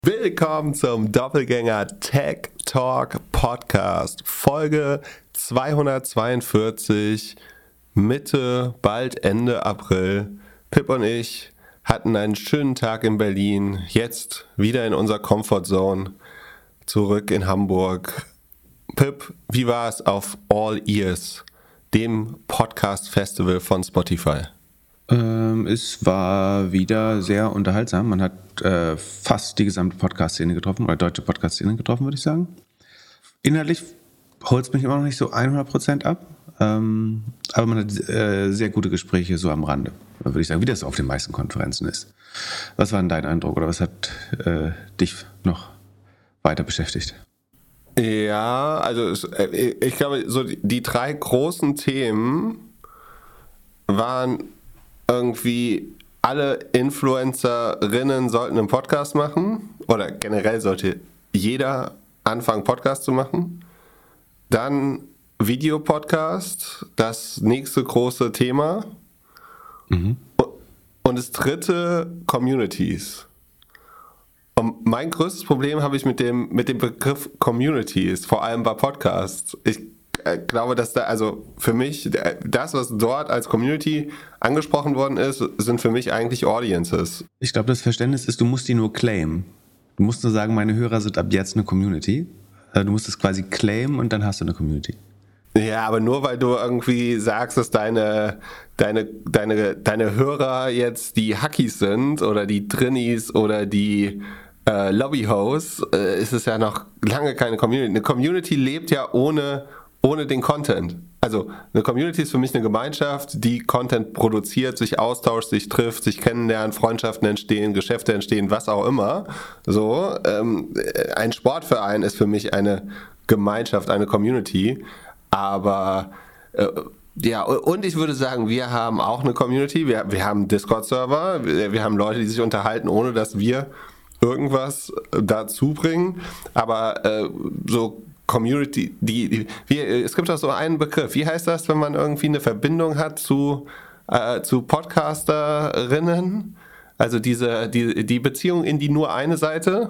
Willkommen zum Doppelgänger Tech Talk Podcast, Folge 242, Mitte, bald Ende April. Pip und ich hatten einen schönen Tag in Berlin, jetzt wieder in unserer Comfortzone, zurück in Hamburg. Pip, wie war es auf All Ears, dem Podcast-Festival von Spotify? Es war wieder sehr unterhaltsam. Man hat fast die gesamte Podcast-Szene getroffen, oder deutsche Podcast-Szene getroffen, würde ich sagen. Inhaltlich holt es mich immer noch nicht so 100% ab, aber man hat sehr gute Gespräche so am Rande, würde ich sagen, wie das auf den meisten Konferenzen ist. Was war denn dein Eindruck, oder was hat dich noch weiter beschäftigt? Ja, also ich glaube, so die drei großen Themen waren irgendwie, alle Influencerinnen sollten einen Podcast machen oder generell sollte jeder anfangen, Podcast zu machen. Dann Videopodcast, das nächste große Thema. Und das dritte, Communities. Und mein größtes Problem habe ich mit dem Begriff Communities, vor allem bei Podcasts. Ich glaube, dass da, also für mich, das, was dort als Community angesprochen worden ist, sind für mich eigentlich Audiences. Ich glaube, das Verständnis ist, du musst die nur claimen. Du musst nur sagen, meine Hörer sind ab jetzt eine Community. Du musst es quasi claimen und dann hast du eine Community. Ja, aber nur weil du irgendwie sagst, dass deine Hörer jetzt die Hackies sind oder die Drinnies oder die Lobbyhosts, ist es ja noch lange keine Community. Eine Community lebt ja ohne den Content. Also eine Community ist für mich eine Gemeinschaft, die Content produziert, sich austauscht, sich trifft, sich kennenlernt, Freundschaften entstehen, Geschäfte entstehen, was auch immer. So, ein Sportverein ist für mich eine Gemeinschaft, eine Community. Aber ja, und ich würde sagen, wir haben auch eine Community. Wir haben einen Discord-Server, wir haben Leute, die sich unterhalten, ohne dass wir irgendwas dazu bringen. Aber so Community, es gibt auch so einen Begriff. Wie heißt das, wenn man irgendwie eine Verbindung hat zu Podcasterinnen? Also die Beziehung in die nur eine Seite?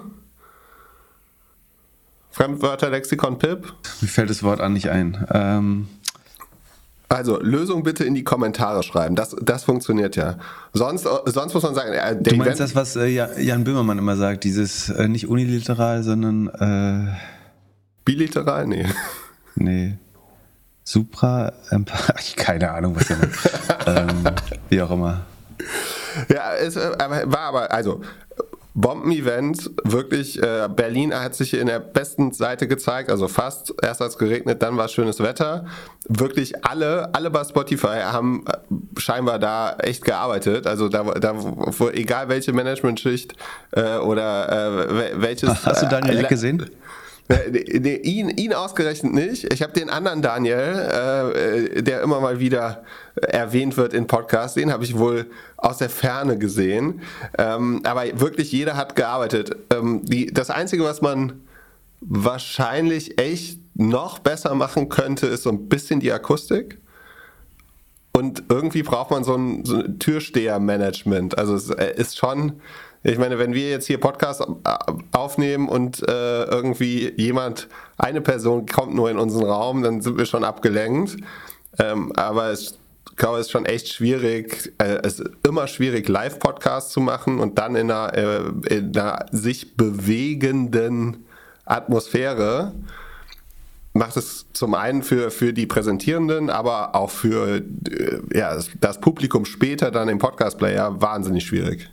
Fremdwörter-Lexikon Pip? Mir fällt das Wort an nicht ein. Also, Lösung bitte in die Kommentare schreiben. Das funktioniert ja. Sonst muss man sagen... du meinst das, was Jan Böhmermann immer sagt, dieses nicht uniliteral, sondern... Biliteral? Nee. Keine Ahnung, was er meint. Wie auch immer. Ja, es war aber, also... Bomben-Event, wirklich, Berlin hat sich in der besten Seite gezeigt, also fast, erst hat es geregnet, dann war schönes Wetter, wirklich alle bei Spotify haben scheinbar da echt gearbeitet, also da egal welche Managementschicht oder welches... Hast du Daniel Eck gesehen? Nee, ihn ausgerechnet nicht. Ich habe den anderen Daniel, der immer mal wieder erwähnt wird in Podcasts, den habe ich wohl aus der Ferne gesehen. Aber wirklich jeder hat gearbeitet. Das Einzige, was man wahrscheinlich echt noch besser machen könnte, ist so ein bisschen die Akustik. Und irgendwie braucht man so ein Türsteher-Management. Also es ist schon... Ich meine, wenn wir jetzt hier Podcast aufnehmen und irgendwie eine Person kommt nur in unseren Raum, dann sind wir schon abgelenkt. Aber ich glaube, es ist schon echt schwierig, es ist immer schwierig, Live-Podcasts zu machen und dann in einer sich bewegenden Atmosphäre. Macht es zum einen für die Präsentierenden, aber auch für das Publikum später dann im Podcast-Player wahnsinnig schwierig.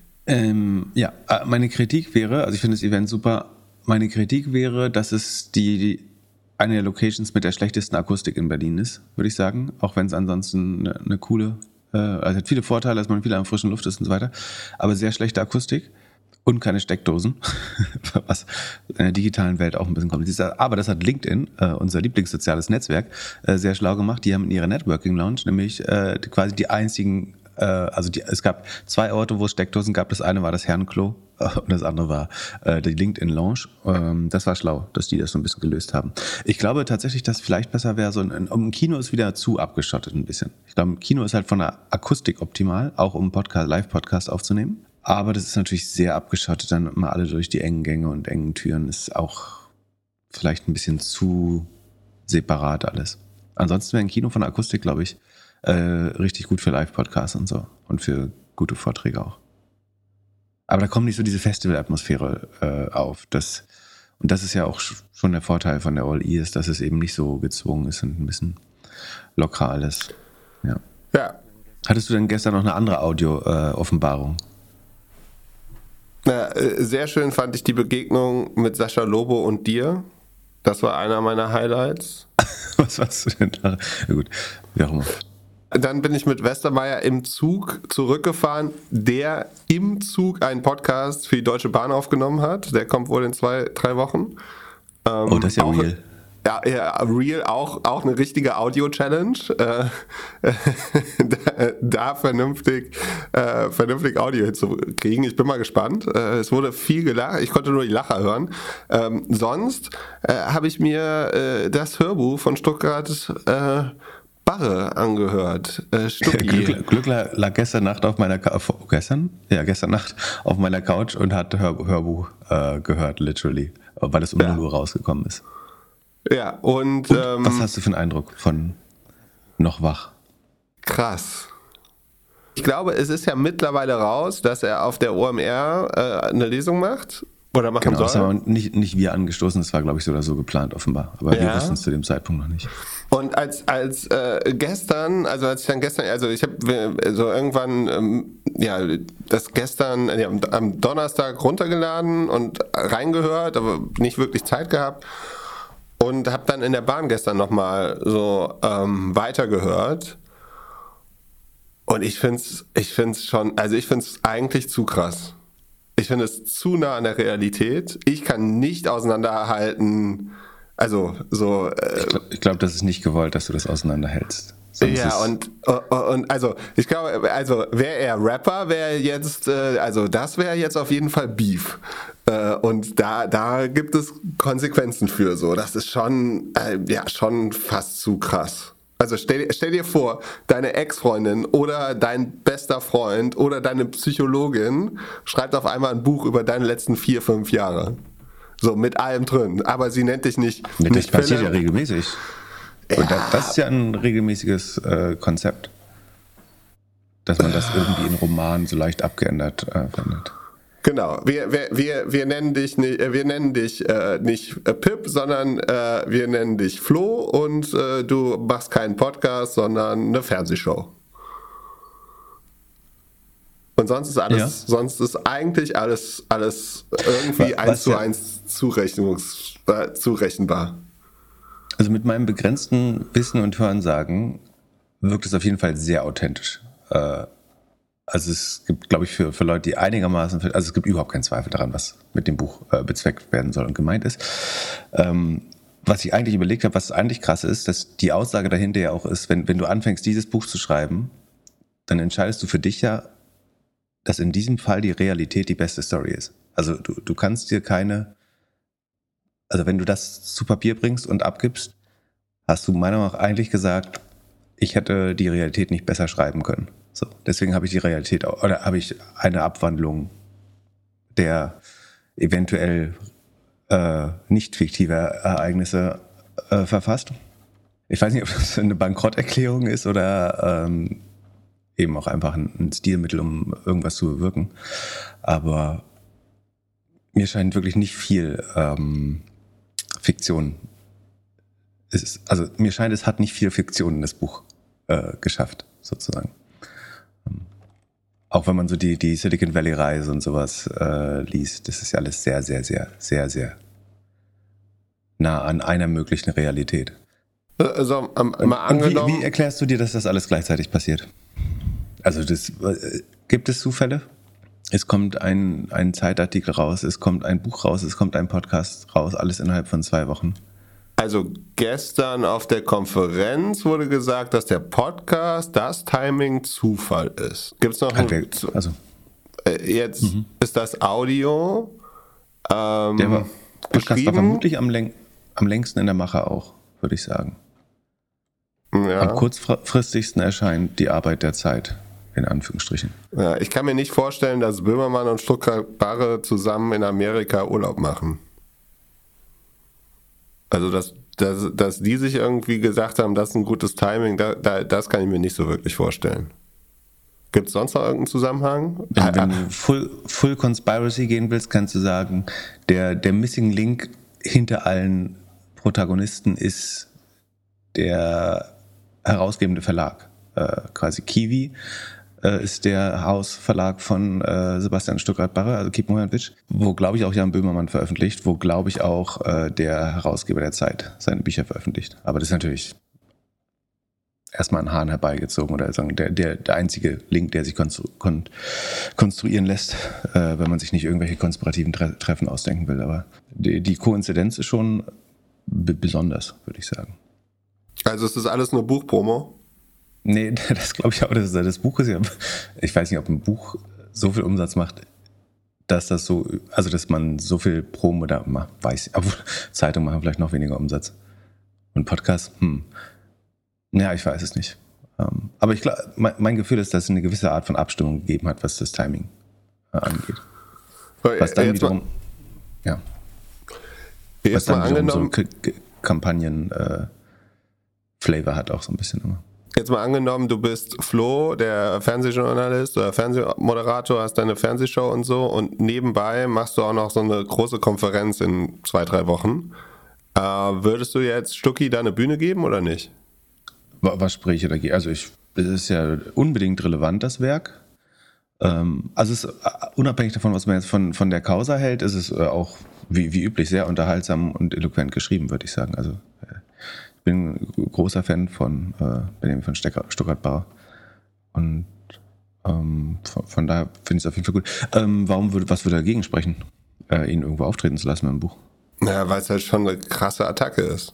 Meine Kritik wäre, also ich finde das Event super, meine Kritik wäre, dass es eine der Locations mit der schlechtesten Akustik in Berlin ist, würde ich sagen, auch wenn es ansonsten eine coole, also hat viele Vorteile, dass man viel an frischen Luft ist und so weiter, aber sehr schlechte Akustik und keine Steckdosen, was in der digitalen Welt auch ein bisschen kompliziert ist. Aber das hat LinkedIn, unser Lieblingssoziales Netzwerk, sehr schlau gemacht. Die haben in ihrer Networking Lounge nämlich quasi die einzigen es gab 2 Orte, wo es Steckdosen gab. Das eine war das Herrenklo und das andere war die LinkedIn-Lounge. Das war schlau, dass die das so ein bisschen gelöst haben. Ich glaube tatsächlich, dass es vielleicht besser wäre, ein Kino ist wieder zu abgeschottet ein bisschen. Ich glaube, ein Kino ist halt von der Akustik optimal, auch um Live-Podcast aufzunehmen. Aber das ist natürlich sehr abgeschottet, dann immer alle durch die engen Gänge und engen Türen. Ist auch vielleicht ein bisschen zu separat alles. Ansonsten wäre ein Kino von der Akustik, glaube ich, richtig gut für Live-Podcasts und so. Und für gute Vorträge auch. Aber da kommt nicht so diese Festival-Atmosphäre auf. Und das ist ja auch schon der Vorteil von der All-E, ist, dass es eben nicht so gezwungen ist und ein bisschen locker alles. Ja. Hattest du denn gestern noch eine andere Audio-Offenbarung? Sehr schön fand ich die Begegnung mit Sascha Lobo und dir. Das war einer meiner Highlights. Was warst du denn da? Na gut, wie auch immer. Dann bin ich mit Westermeier im Zug zurückgefahren, der im Zug einen Podcast für die Deutsche Bahn aufgenommen hat. Der kommt wohl in 2-3 Wochen. Oh, das ist ja real. Ja, real, auch eine richtige Audio-Challenge. Da vernünftig Audio hinzukriegen. Ich bin mal gespannt. Es wurde viel gelacht. Ich konnte nur die Lacher hören. Sonst habe ich mir das Hörbuch von Stuttgart Barre angehört. Glück lag gestern Nacht auf meiner gestern Nacht auf meiner Couch und hat Hörbuch gehört, literally, weil es um 0 Uhr rausgekommen ist. Ja, und was hast du für einen Eindruck von Noch wach? Krass. Ich glaube, es ist ja mittlerweile raus, dass er auf der OMR eine Lesung macht. Oder machen soll. Das haben aber nicht wir angestoßen, das war, glaube ich, so oder so geplant offenbar. Aber wir wussten es zu dem Zeitpunkt noch nicht. Und als ich habe so irgendwann, das gestern am Donnerstag runtergeladen und reingehört, aber nicht wirklich Zeit gehabt. Und habe dann in der Bahn gestern nochmal so weitergehört. Und ich finde es eigentlich zu krass. Ich finde es zu nah an der Realität. Ich kann nicht auseinanderhalten, also so... ich glaube, das ist nicht gewollt, dass du das auseinanderhältst. Ja, und also ich glaube, also wäre er Rapper, wäre jetzt, das wäre jetzt auf jeden Fall Beef. Und da gibt es Konsequenzen für so. Das ist schon fast zu krass. Also stell dir vor, deine Ex-Freundin oder dein bester Freund oder deine Psychologin schreibt auf einmal ein Buch über deine letzten 4-5 Jahre. So, mit allem drin. Aber sie nennt dich nicht... Das passiert ja regelmäßig. Und das ist ja ein regelmäßiges Konzept. Dass man das irgendwie in Romanen so leicht abgeändert findet. Genau, wir nennen dich nicht Pip, sondern wir nennen dich Flo und du machst keinen Podcast, sondern eine Fernsehshow. Und sonst ist eigentlich alles irgendwie 1:1 zurechenbar. Also mit meinem begrenzten Wissen und Hörensagen wirkt es auf jeden Fall sehr authentisch. Also es gibt, glaube ich, für Leute, die einigermaßen... Also es gibt überhaupt keinen Zweifel daran, was mit dem Buch bezweckt werden soll und gemeint ist. Was ich eigentlich überlegt habe, was eigentlich krass ist, dass die Aussage dahinter ja auch ist, wenn du anfängst, dieses Buch zu schreiben, dann entscheidest du für dich ja, dass in diesem Fall die Realität die beste Story ist. Also du kannst dir keine... Also wenn du das zu Papier bringst und abgibst, hast du meiner Meinung nach eigentlich gesagt, ich hätte die Realität nicht besser schreiben können. So, deswegen habe ich habe ich eine Abwandlung der eventuell nicht fiktive Ereignisse verfasst. Ich weiß nicht, ob das eine Bankrotterklärung ist oder eben auch einfach ein Stilmittel, um irgendwas zu bewirken. Aber mir scheint wirklich nicht viel Fiktion. Mir scheint, es hat nicht viel Fiktion in das Buch geschafft, sozusagen. Auch wenn man so die Silicon Valley Reise und sowas liest, das ist ja alles sehr, sehr, sehr, sehr, sehr nah an einer möglichen Realität. Also, mal angenommen... Wie erklärst du dir, dass das alles gleichzeitig passiert? Also gibt es Zufälle? Es kommt ein Zeitartikel raus, es kommt ein Buch raus, es kommt ein Podcast raus, alles innerhalb von 2 Wochen. Also gestern auf der Konferenz wurde gesagt, dass der Podcast, das Timing Zufall ist. Gibt es noch jetzt ist das Audio der Podcast war vermutlich am längsten in der Mache auch, würde ich sagen. Ja. Am kurzfristigsten erscheint die Arbeit der Zeit in Anführungsstrichen. Ja, ich kann mir nicht vorstellen, dass Böhmermann und Stuttgart-Barre zusammen in Amerika Urlaub machen. Also, dass die sich irgendwie gesagt haben, das ist ein gutes Timing, das kann ich mir nicht so wirklich vorstellen. Gibt es sonst noch irgendeinen Zusammenhang? Wenn du full Conspiracy gehen willst, kannst du sagen, der Missing Link hinter allen Protagonisten ist der herausgebende Verlag. Quasi Kiwi ist der Hausverlag von Sebastian Stuttgart-Barre, also Kiepenheuer und Witsch, wo, glaube ich, auch Jan Böhmermann veröffentlicht, wo, glaube ich, auch der Herausgeber der Zeit seine Bücher veröffentlicht. Aber das ist natürlich erstmal an Haaren herbeigezogen oder sagen, der einzige Link, der sich konstruieren lässt, wenn man sich nicht irgendwelche konspirativen Treffen ausdenken will. Aber die Koinzidenz ist schon besonders, würde ich sagen. Also ist das alles nur Buchpromo? Nee, das glaube ich auch. Das Buch ist ja, ich weiß nicht, ob ein Buch so viel Umsatz macht, dass das so, also dass man so viel Promo da macht, weiß ich. Aber Zeitungen machen vielleicht noch weniger Umsatz. Und Podcast, ja, ich weiß es nicht. Aber ich glaube, mein Gefühl ist, dass es eine gewisse Art von Abstimmung gegeben hat, was das Timing angeht. Was dann wiederum, ja. Was dann wiederum so Kampagnen-Flavor hat auch so ein bisschen immer. Jetzt mal angenommen, du bist Flo, der Fernsehjournalist oder Fernsehmoderator, hast deine Fernsehshow und so und nebenbei machst du auch noch so eine große Konferenz in 2-3 Wochen. Würdest du jetzt Stucki da eine Bühne geben oder nicht? Was spreche ich dagegen? Also es ist ja unbedingt relevant, das Werk. Also es ist unabhängig davon, was man jetzt von der Causa hält, ist es auch wie üblich sehr unterhaltsam und eloquent geschrieben, würde ich sagen. Also ich bin ein großer Fan von Benjamin von Stuttgart-Barre und von daher finde ich es auf jeden Fall gut. Was würde dagegen sprechen, ihn irgendwo auftreten zu lassen mit dem Buch? Naja, weil es halt schon eine krasse Attacke ist.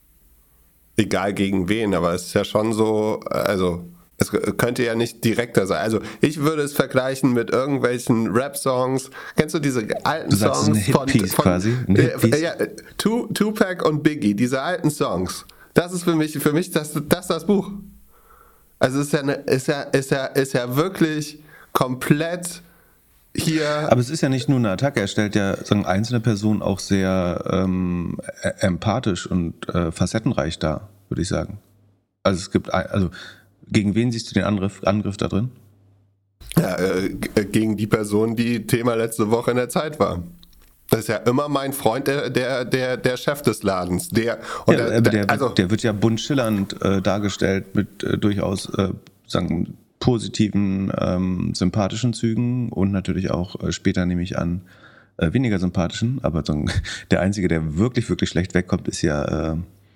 Egal gegen wen, aber es ist ja schon so, also es könnte ja nicht direkter sein. Also ich würde es vergleichen mit irgendwelchen Rap-Songs. Kennst du diese alten Songs ein Hit-Piece quasi? Ein Hit-Piece? Ja, Tupac und Biggie, diese alten Songs. Das ist für mich das Buch. Also es ist ja wirklich komplett hier. Aber es ist ja nicht nur eine Attacke, er stellt ja sagen, einzelne Personen auch sehr empathisch und facettenreich dar, würde ich sagen. Also gegen wen siehst du den Angriff da drin? Ja, gegen die Person, die Thema letzte Woche in der Zeit war. Das ist ja immer mein Freund, der Chef des Ladens. Der wird ja bunt schillernd dargestellt mit durchaus sagen positiven, sympathischen Zügen und natürlich auch später nehme ich an, weniger sympathischen, aber der Einzige, der wirklich, wirklich schlecht wegkommt, ist ja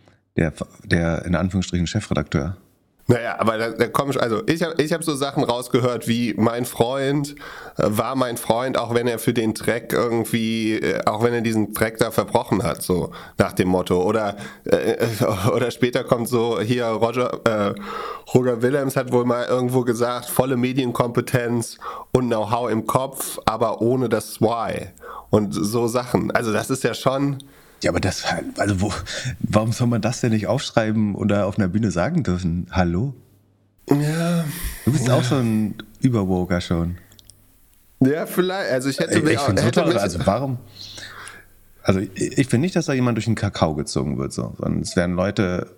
der in Anführungsstrichen Chefredakteur. Naja, aber da komme ich, also ich hab so Sachen rausgehört wie mein Freund war mein Freund, auch wenn er für den Track irgendwie, auch wenn er diesen Track da verbrochen hat, so nach dem Motto. Oder später kommt so hier Roger Willems hat wohl mal irgendwo gesagt, volle Medienkompetenz und Know-how im Kopf, aber ohne das Why. Und so Sachen. Also das ist ja schon... Ja, aber warum soll man das denn nicht aufschreiben oder auf einer Bühne sagen dürfen? Hallo? Ja. Du bist auch so ein Überwoker schon. Ja, vielleicht. Also ich hätte warum? Also ich finde nicht, dass da jemand durch den Kakao gezogen wird, so. Sondern es werden Leute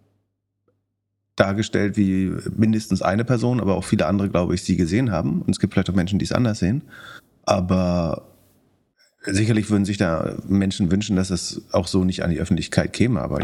dargestellt wie mindestens eine Person, aber auch viele andere, glaube ich, sie gesehen haben. Und es gibt vielleicht auch Menschen, die es anders sehen. Aber sicherlich würden sich da Menschen wünschen, dass es auch so nicht an die Öffentlichkeit käme, aber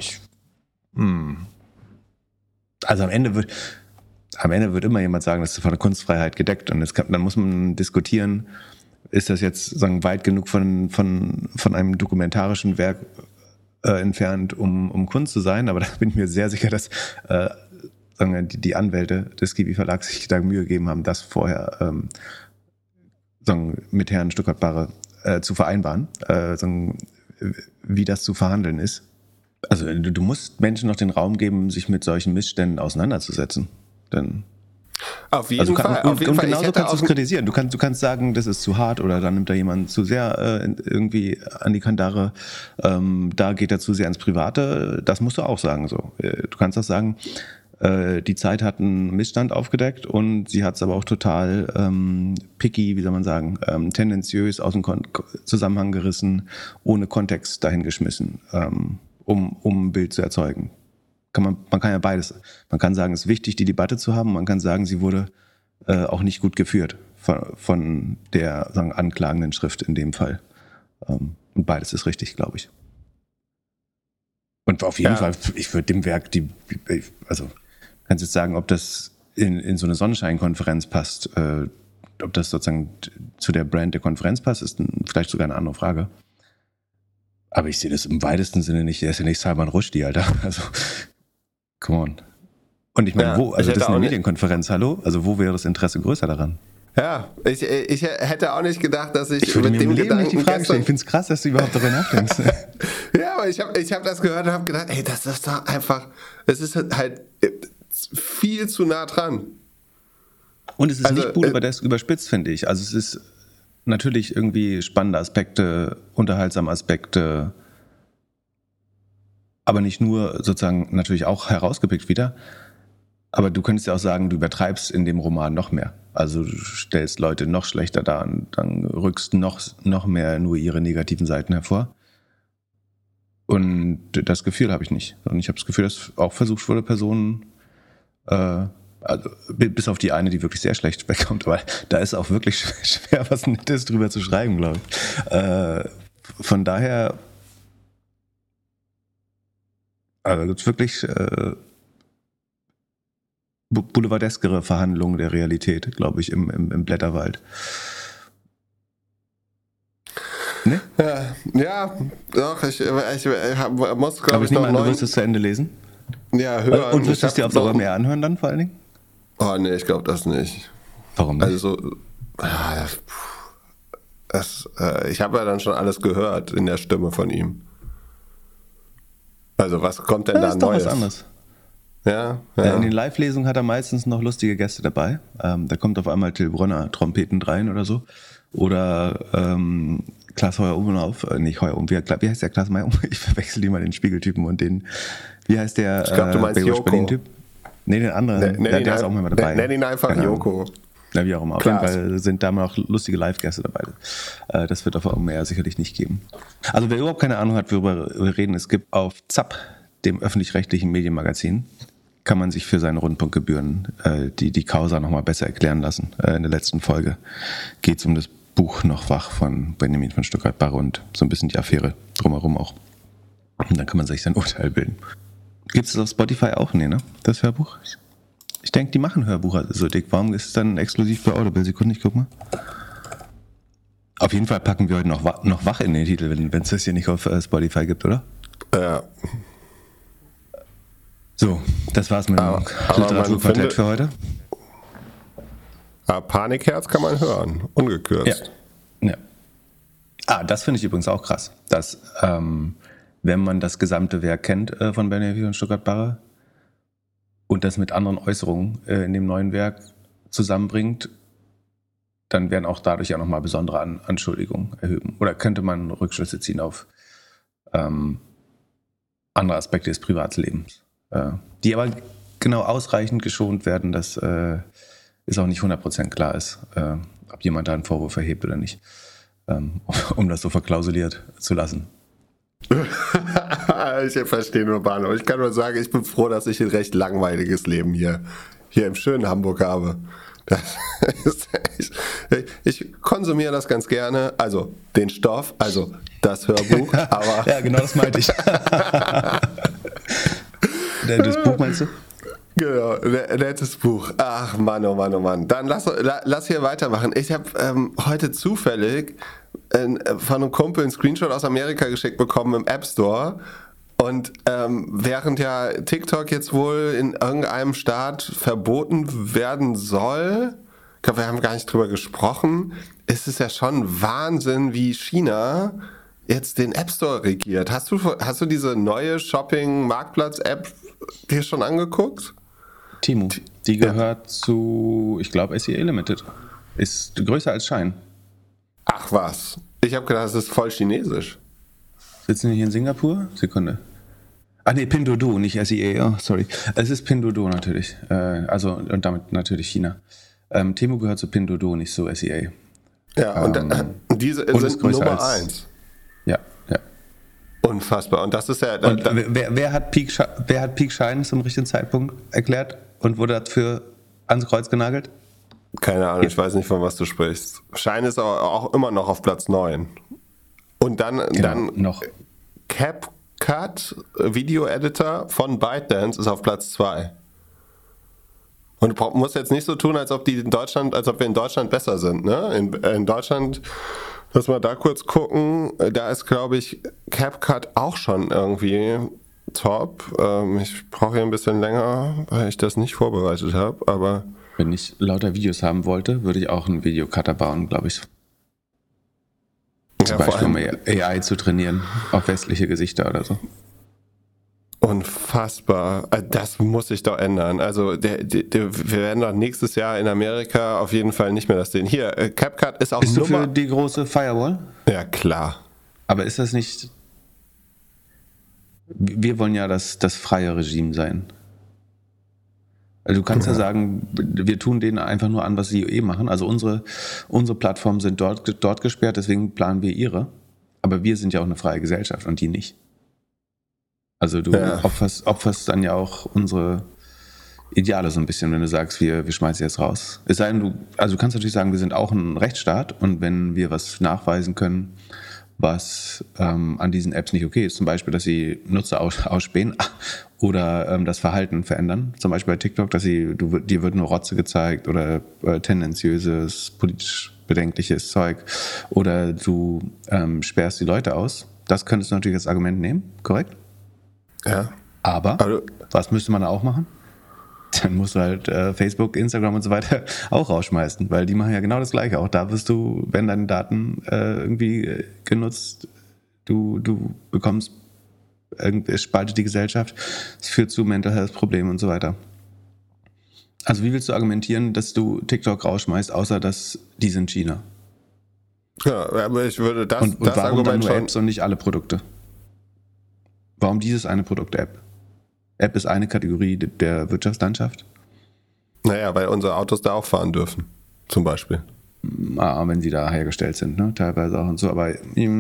also am Ende wird immer jemand sagen, das ist von der Kunstfreiheit gedeckt und dann muss man diskutieren, ist das jetzt sagen, weit genug von einem dokumentarischen Werk entfernt, um Kunst zu sein, aber da bin ich mir sehr sicher, dass die Anwälte des Kiwi Verlags sich da Mühe gegeben haben, das vorher mit Herrn Stuttgart-Barre zu vereinbaren, wie das zu verhandeln ist. Also du musst Menschen noch den Raum geben, sich mit solchen Missständen auseinanderzusetzen. Denn auf jeden Fall. Und genauso kannst du es kritisieren. Du kannst sagen, das ist zu hart oder dann nimmt da jemand zu sehr irgendwie an die Kandare, da geht er zu sehr ins Private. Das musst du auch sagen. So. Du kannst auch sagen, Die Zeit hat einen Missstand aufgedeckt und sie hat es aber auch total picky, wie soll man sagen, tendenziös aus dem Zusammenhang gerissen, ohne Kontext dahingeschmissen, um ein Bild zu erzeugen. Man kann ja beides. Man kann sagen, es ist wichtig, die Debatte zu haben. Man kann sagen, sie wurde auch nicht gut geführt von der anklagenden Schrift in dem Fall. Und beides ist richtig, glaube ich. Und auf jeden Fall, ich würde dem Werk, kannst jetzt sagen, ob das in so eine Sonnenschein-Konferenz passt, ob das sozusagen zu der Brand der Konferenz passt, ist vielleicht sogar eine andere Frage. Aber ich sehe das im weitesten Sinne nicht. Er ist ja nicht Salman Rushdie, Alter. Also, come on. Und ich meine, wo? Also das ist eine Medienkonferenz, hallo? Also wo wäre das Interesse größer daran? Ja, ich hätte auch nicht gedacht, dass ich würde mit dem Gedanken nicht die Frage stellen. Ich finde es krass, dass du überhaupt darüber nachdenkst. Ja, aber ich hab das gehört und habe gedacht, ey, das ist doch einfach, es ist halt viel zu nah dran. Und es ist nicht boulevardesk überspitzt, finde ich. Also es ist natürlich irgendwie spannende Aspekte, unterhaltsame Aspekte, aber nicht nur sozusagen natürlich auch herausgepickt wieder. Aber du könntest ja auch sagen, du übertreibst in dem Roman noch mehr. Also du stellst Leute noch schlechter dar und dann rückst noch mehr nur ihre negativen Seiten hervor. Und das Gefühl habe ich nicht. Und ich habe das Gefühl, dass auch versucht wurde, Personen, also bis auf die eine, die wirklich sehr schlecht wegkommt, aber da ist auch wirklich schwer, was Nettes drüber zu schreiben, glaube ich. Von daher, also gibt es wirklich boulevardeskere Verhandlungen der Realität, glaube ich, im Blätterwald. Ne? Ja, doch, ich muss, glaube ich, noch du wirst es zu Ende lesen? Ja, hören. Und wirst du es dir auf Dauer mehr anhören dann vor allen Dingen? Oh, nee, ich glaube das nicht. Warum nicht? Also, ich habe ja dann schon alles gehört in der Stimme von ihm. Also, was kommt denn da Neues? Das ist doch was anderes. Ja. In den Live-Lesungen hat er meistens noch lustige Gäste dabei. Da kommt auf einmal Till Brönner Trompeten rein oder so. Oder Klaas Heuer-Umlauf, nicht Heuer-Umlauf, wie heißt der Klaas Meyer? Ich verwechsel immer den Spiegeltypen und den, wie heißt der ich glaub, du meinst Joko-Typ? Nee, den anderen, der ist auch mal dabei. Nenn ihn einfach Joko. Na, wie auch immer. Auf jeden Fall sind da noch lustige Live-Gäste dabei. Das wird auf OMR sicherlich nicht geben. Also wer überhaupt keine Ahnung hat, worüber wir reden, es gibt auf ZAP, dem öffentlich-rechtlichen Medienmagazin, kann man sich für seine Rundfunkgebühren die Causa nochmal besser erklären lassen. In der letzten Folge geht es um das Buch Noch wach von Benjamin von Stuckrad-Barre und so ein bisschen die Affäre drumherum auch. Und dann kann man sich sein Urteil bilden. Gibt es das auf Spotify auch? Nee, ne? Das Hörbuch? Ich denke, die machen Hörbuch so dick. Warum ist es dann exklusiv bei Audible? Sekunde, ich guck mal. Auf jeden Fall packen wir heute noch wach in den Titel, wenn es das hier nicht auf Spotify gibt, oder? Ja. So, das war's mit dem Literaturquartett für heute. Panikherz kann man hören, ungekürzt. Ja. Das finde ich übrigens auch krass, dass wenn man das gesamte Werk kennt von Benjamin von Stuckrad-Barre und das mit anderen Äußerungen in dem neuen Werk zusammenbringt, dann werden auch dadurch ja nochmal besondere Anschuldigungen erhöhen. Oder könnte man Rückschlüsse ziehen auf andere Aspekte des Privatlebens, die aber genau ausreichend geschont werden, dass es auch nicht 100% klar ist, ob jemand da einen Vorwurf erhebt oder nicht, um das so verklausuliert zu lassen. Ich verstehe nur Bahnhof. Ich kann nur sagen, ich bin froh, dass ich ein recht langweiliges Leben hier im schönen Hamburg habe. Ich konsumiere das ganz gerne, also den Stoff, also das Hörbuch, aber... Ja, genau das meinte ich. Das Buch meinst du? Genau, nettes Buch. Ach Mann, oh Mann, oh Mann. Dann lass hier weitermachen. Ich habe heute zufällig von einem Kumpel einen Screenshot aus Amerika geschickt bekommen im App Store. Und während ja TikTok jetzt wohl in irgendeinem Staat verboten werden soll, ich glaube, wir haben gar nicht drüber gesprochen, ist es ja schon Wahnsinn, wie China jetzt den App Store regiert. Hast du diese neue Shopping-Marktplatz-App dir schon angeguckt? Temu. Die gehört zu, ich glaube, SEA Limited. Ist größer als Schein. Ach was. Ich habe gedacht, das ist voll chinesisch. Sitzen die hier in Singapur? Sekunde. Pinduoduo, nicht SEA, oh, sorry. Es ist Pinduoduo natürlich. Also und damit natürlich China. Temu gehört zu Pinduoduo, nicht zu SEA. Ja, und diese sind Nummer 1. Ja. Unfassbar. Und das ist ja... Und wer hat Peak Shine zum richtigen Zeitpunkt erklärt und wurde dafür ans Kreuz genagelt? Keine Ahnung, ich weiß nicht, von was du sprichst. Shine ist auch immer noch auf Platz 9. Und dann noch. CapCut, Video Editor von ByteDance, ist auf Platz 2. Und du musst jetzt nicht so tun, als ob wir in Deutschland besser sind. Ne? In Deutschland, lass mal da kurz gucken, da ist, glaube ich, CapCut auch schon irgendwie top. Ich brauche hier ein bisschen länger, weil ich das nicht vorbereitet habe, aber... Wenn ich lauter Videos haben wollte, würde ich auch einen Videocutter bauen, glaube ich. Zum Beispiel, um AI zu trainieren auf westliche Gesichter oder so. Unfassbar. Das muss sich doch ändern. Also wir werden doch nächstes Jahr in Amerika auf jeden Fall nicht mehr das sehen. Hier, CapCut ist auch Bist du für die große Firewall? Ja, klar. Aber ist das nicht... Wir wollen ja das freie Regime sein. Also du kannst ja sagen, wir tun denen einfach nur an, was sie machen. Also unsere Plattformen sind dort gesperrt, deswegen planen wir ihre. Aber wir sind ja auch eine freie Gesellschaft und die nicht. Also du opferst dann ja auch unsere Ideale so ein bisschen, wenn du sagst, wir schmeißen jetzt raus. Es sei denn, du kannst natürlich sagen, wir sind auch ein Rechtsstaat und wenn wir was nachweisen können, was an diesen Apps nicht okay ist, zum Beispiel, dass sie Nutzer ausspähen oder das Verhalten verändern, zum Beispiel bei TikTok, dass dir wird nur Rotze gezeigt oder tendenziöses, politisch bedenkliches Zeug oder du sperrst die Leute aus. Das könntest du natürlich als Argument nehmen, korrekt? Ja. Aber was müsste man da auch machen? Dann musst du halt Facebook, Instagram und so weiter auch rausschmeißen, weil die machen ja genau das Gleiche. Auch da werden deine Daten irgendwie genutzt, du bekommst, es spaltet die Gesellschaft, es führt zu Mental Health Problemen und so weiter. Also wie willst du argumentieren, dass du TikTok rausschmeißt, außer dass die sind China? Ja, aber ich würde das und warum Argument dann nur schon... Apps und nicht alle Produkte? Warum dieses eine Produkt App? App ist eine Kategorie der Wirtschaftslandschaft. Naja, weil unsere Autos da auch fahren dürfen, zum Beispiel. Wenn sie da hergestellt sind, ne? Teilweise auch und so, aber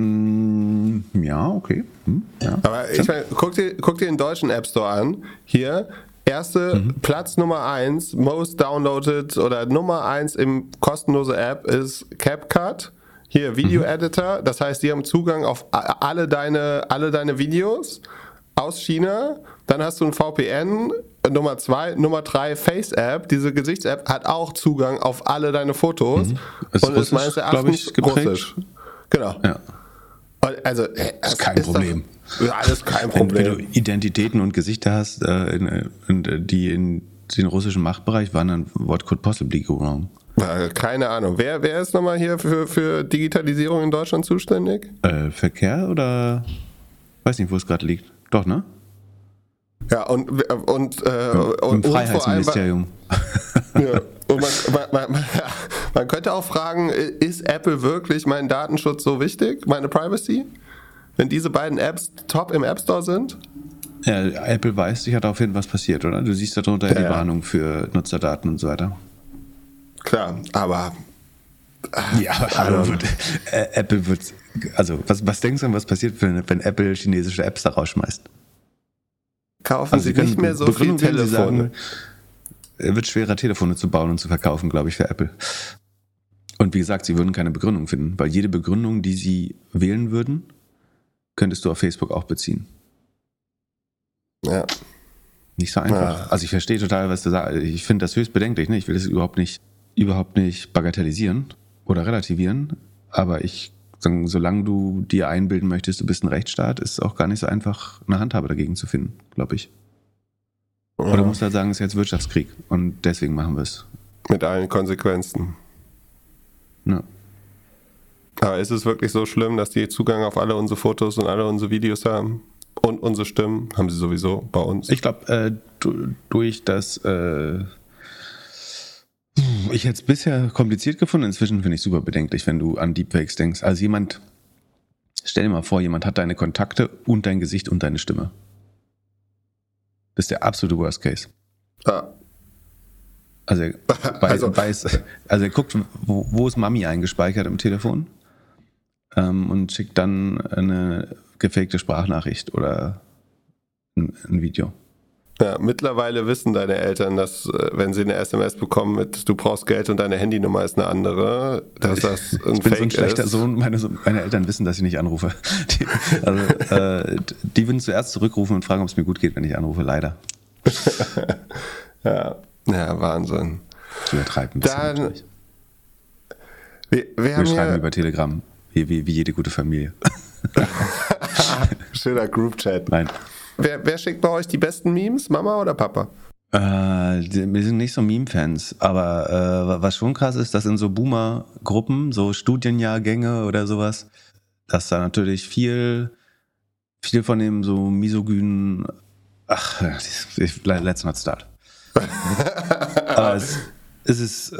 ja, okay. Ja. Aber ich meine, guck dir den deutschen App Store an. Hier, Platz Nummer 1, most downloaded oder Nummer 1 im kostenlose App ist CapCut. Hier, Video Editor, das heißt, die haben Zugang auf alle deine Videos aus China. Dann hast du ein VPN, Nummer 2, Nummer 3, Face-App. Diese Gesichts-App hat auch Zugang auf alle deine Fotos. Und ist meines Erachtens russisch. Genau. Ja. Also, das ist kein Problem. Ja, das ist kein Problem. Wenn du Identitäten und Gesichter hast, die in den russischen Machtbereich wandern, what could possibly go wrong? Keine Ahnung. Wer ist nochmal hier für Digitalisierung in Deutschland zuständig? Verkehr oder? Weiß nicht, wo es gerade liegt. Doch, ne? Ja, und im Freiheitsministerium. Ja, und man könnte auch fragen, ist Apple wirklich mein Datenschutz so wichtig, meine Privacy? Wenn diese beiden Apps top im App Store sind? Ja, Apple weiß, sich hat auf jeden Fall was passiert, oder? Du siehst darunter die Warnung für Nutzerdaten und so weiter. Klar, aber... Apple wird... Also, was denkst du, was passiert, wenn Apple chinesische Apps da rausschmeißt? Kaufen sie nicht mehr so viel Telefone. Es wird schwerer, Telefone zu bauen und zu verkaufen, glaube ich, für Apple. Und wie gesagt, sie würden keine Begründung finden, weil jede Begründung, die sie wählen würden, könntest du auf Facebook auch beziehen. Ja. Nicht so einfach. Ja. Also ich verstehe total, was du sagst. Ich finde das höchst bedenklich. Ne? Ich will das überhaupt nicht bagatellisieren oder relativieren. Aber solange du dir einbilden möchtest, du bist ein Rechtsstaat, ist es auch gar nicht so einfach, eine Handhabe dagegen zu finden, glaube ich. Ja. Oder du musst halt sagen, es ist jetzt Wirtschaftskrieg und deswegen machen wir es. Mit allen Konsequenzen. Ja. Aber ist es wirklich so schlimm, dass die Zugang auf alle unsere Fotos und alle unsere Videos haben? Und unsere Stimmen haben sie sowieso bei uns? Ich glaube, durch das... ich hätte es bisher kompliziert gefunden, inzwischen finde ich es super bedenklich, wenn du an Deepfakes denkst. Also stell dir mal vor, jemand hat deine Kontakte und dein Gesicht und deine Stimme. Das ist der absolute Worst Case. Ah. Also er guckt, wo ist Mami eingespeichert im Telefon und schickt dann eine gefakte Sprachnachricht oder ein Video. Ja, mittlerweile wissen deine Eltern, dass, wenn sie eine SMS bekommen mit „Du brauchst Geld und deine Handynummer ist eine andere", dass das ein Ich bin Fake so ein schlechter ist. Sohn, meine Eltern wissen, dass ich nicht anrufe. Die würden zuerst zurückrufen und fragen, ob es mir gut geht, wenn ich anrufe, leider. Ja, Wahnsinn. Ich übertreibe ein bisschen Dann, natürlich. wir Wir haben schreiben hier über Telegram, wie jede gute Familie. schöner Group-Chat. Nein. Wer schickt bei euch die besten Memes, Mama oder Papa? Wir sind nicht so Meme-Fans, aber was schon krass ist, dass in so Boomer-Gruppen, so Studienjahrgänge oder sowas, dass da natürlich viel von dem so misogynen, let's not start. Aber es ist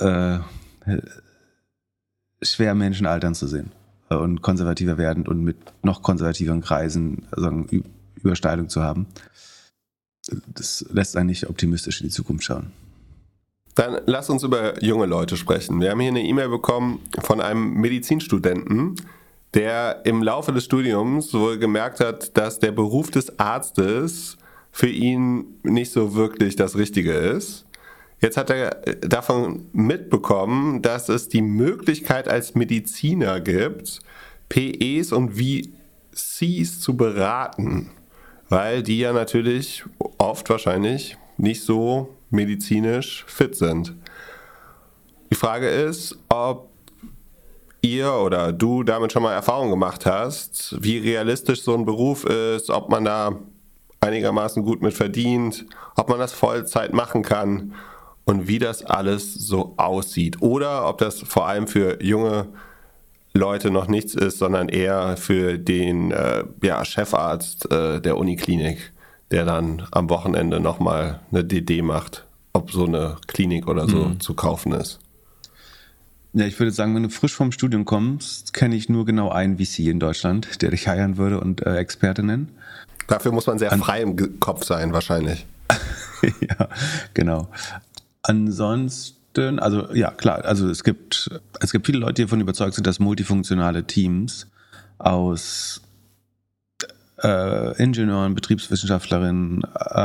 schwer, Menschen altern zu sehen und konservativer werden und mit noch konservativeren Kreisen Übersteilung zu haben. Das lässt einen nicht optimistisch in die Zukunft schauen. Dann lass uns über junge Leute sprechen. Wir haben hier eine E-Mail bekommen von einem Medizinstudenten, der im Laufe des Studiums wohl gemerkt hat, dass der Beruf des Arztes für ihn nicht so wirklich das Richtige ist. Jetzt hat er davon mitbekommen, dass es die Möglichkeit als Mediziner gibt, PEs und VCs zu beraten, weil die ja natürlich oft wahrscheinlich nicht so medizinisch fit sind. Die Frage ist, ob ihr oder du damit schon mal Erfahrung gemacht hast, wie realistisch so ein Beruf ist, ob man da einigermaßen gut mit verdient, ob man das Vollzeit machen kann und wie das alles so aussieht. Oder ob das vor allem für junge Leute noch nichts ist, sondern eher für den Chefarzt der Uniklinik, der dann am Wochenende nochmal eine DD macht, ob so eine Klinik oder so zu kaufen ist. Ja, ich würde sagen, wenn du frisch vom Studium kommst, kenne ich nur genau einen VC in Deutschland, der dich heiern würde und Experte nennen. Dafür muss man sehr frei im Kopf sein, wahrscheinlich. Ja, genau. Ansonsten, also ja, klar, also es gibt viele Leute, die davon überzeugt sind, dass multifunktionale Teams aus Ingenieuren, Betriebswissenschaftlerinnen,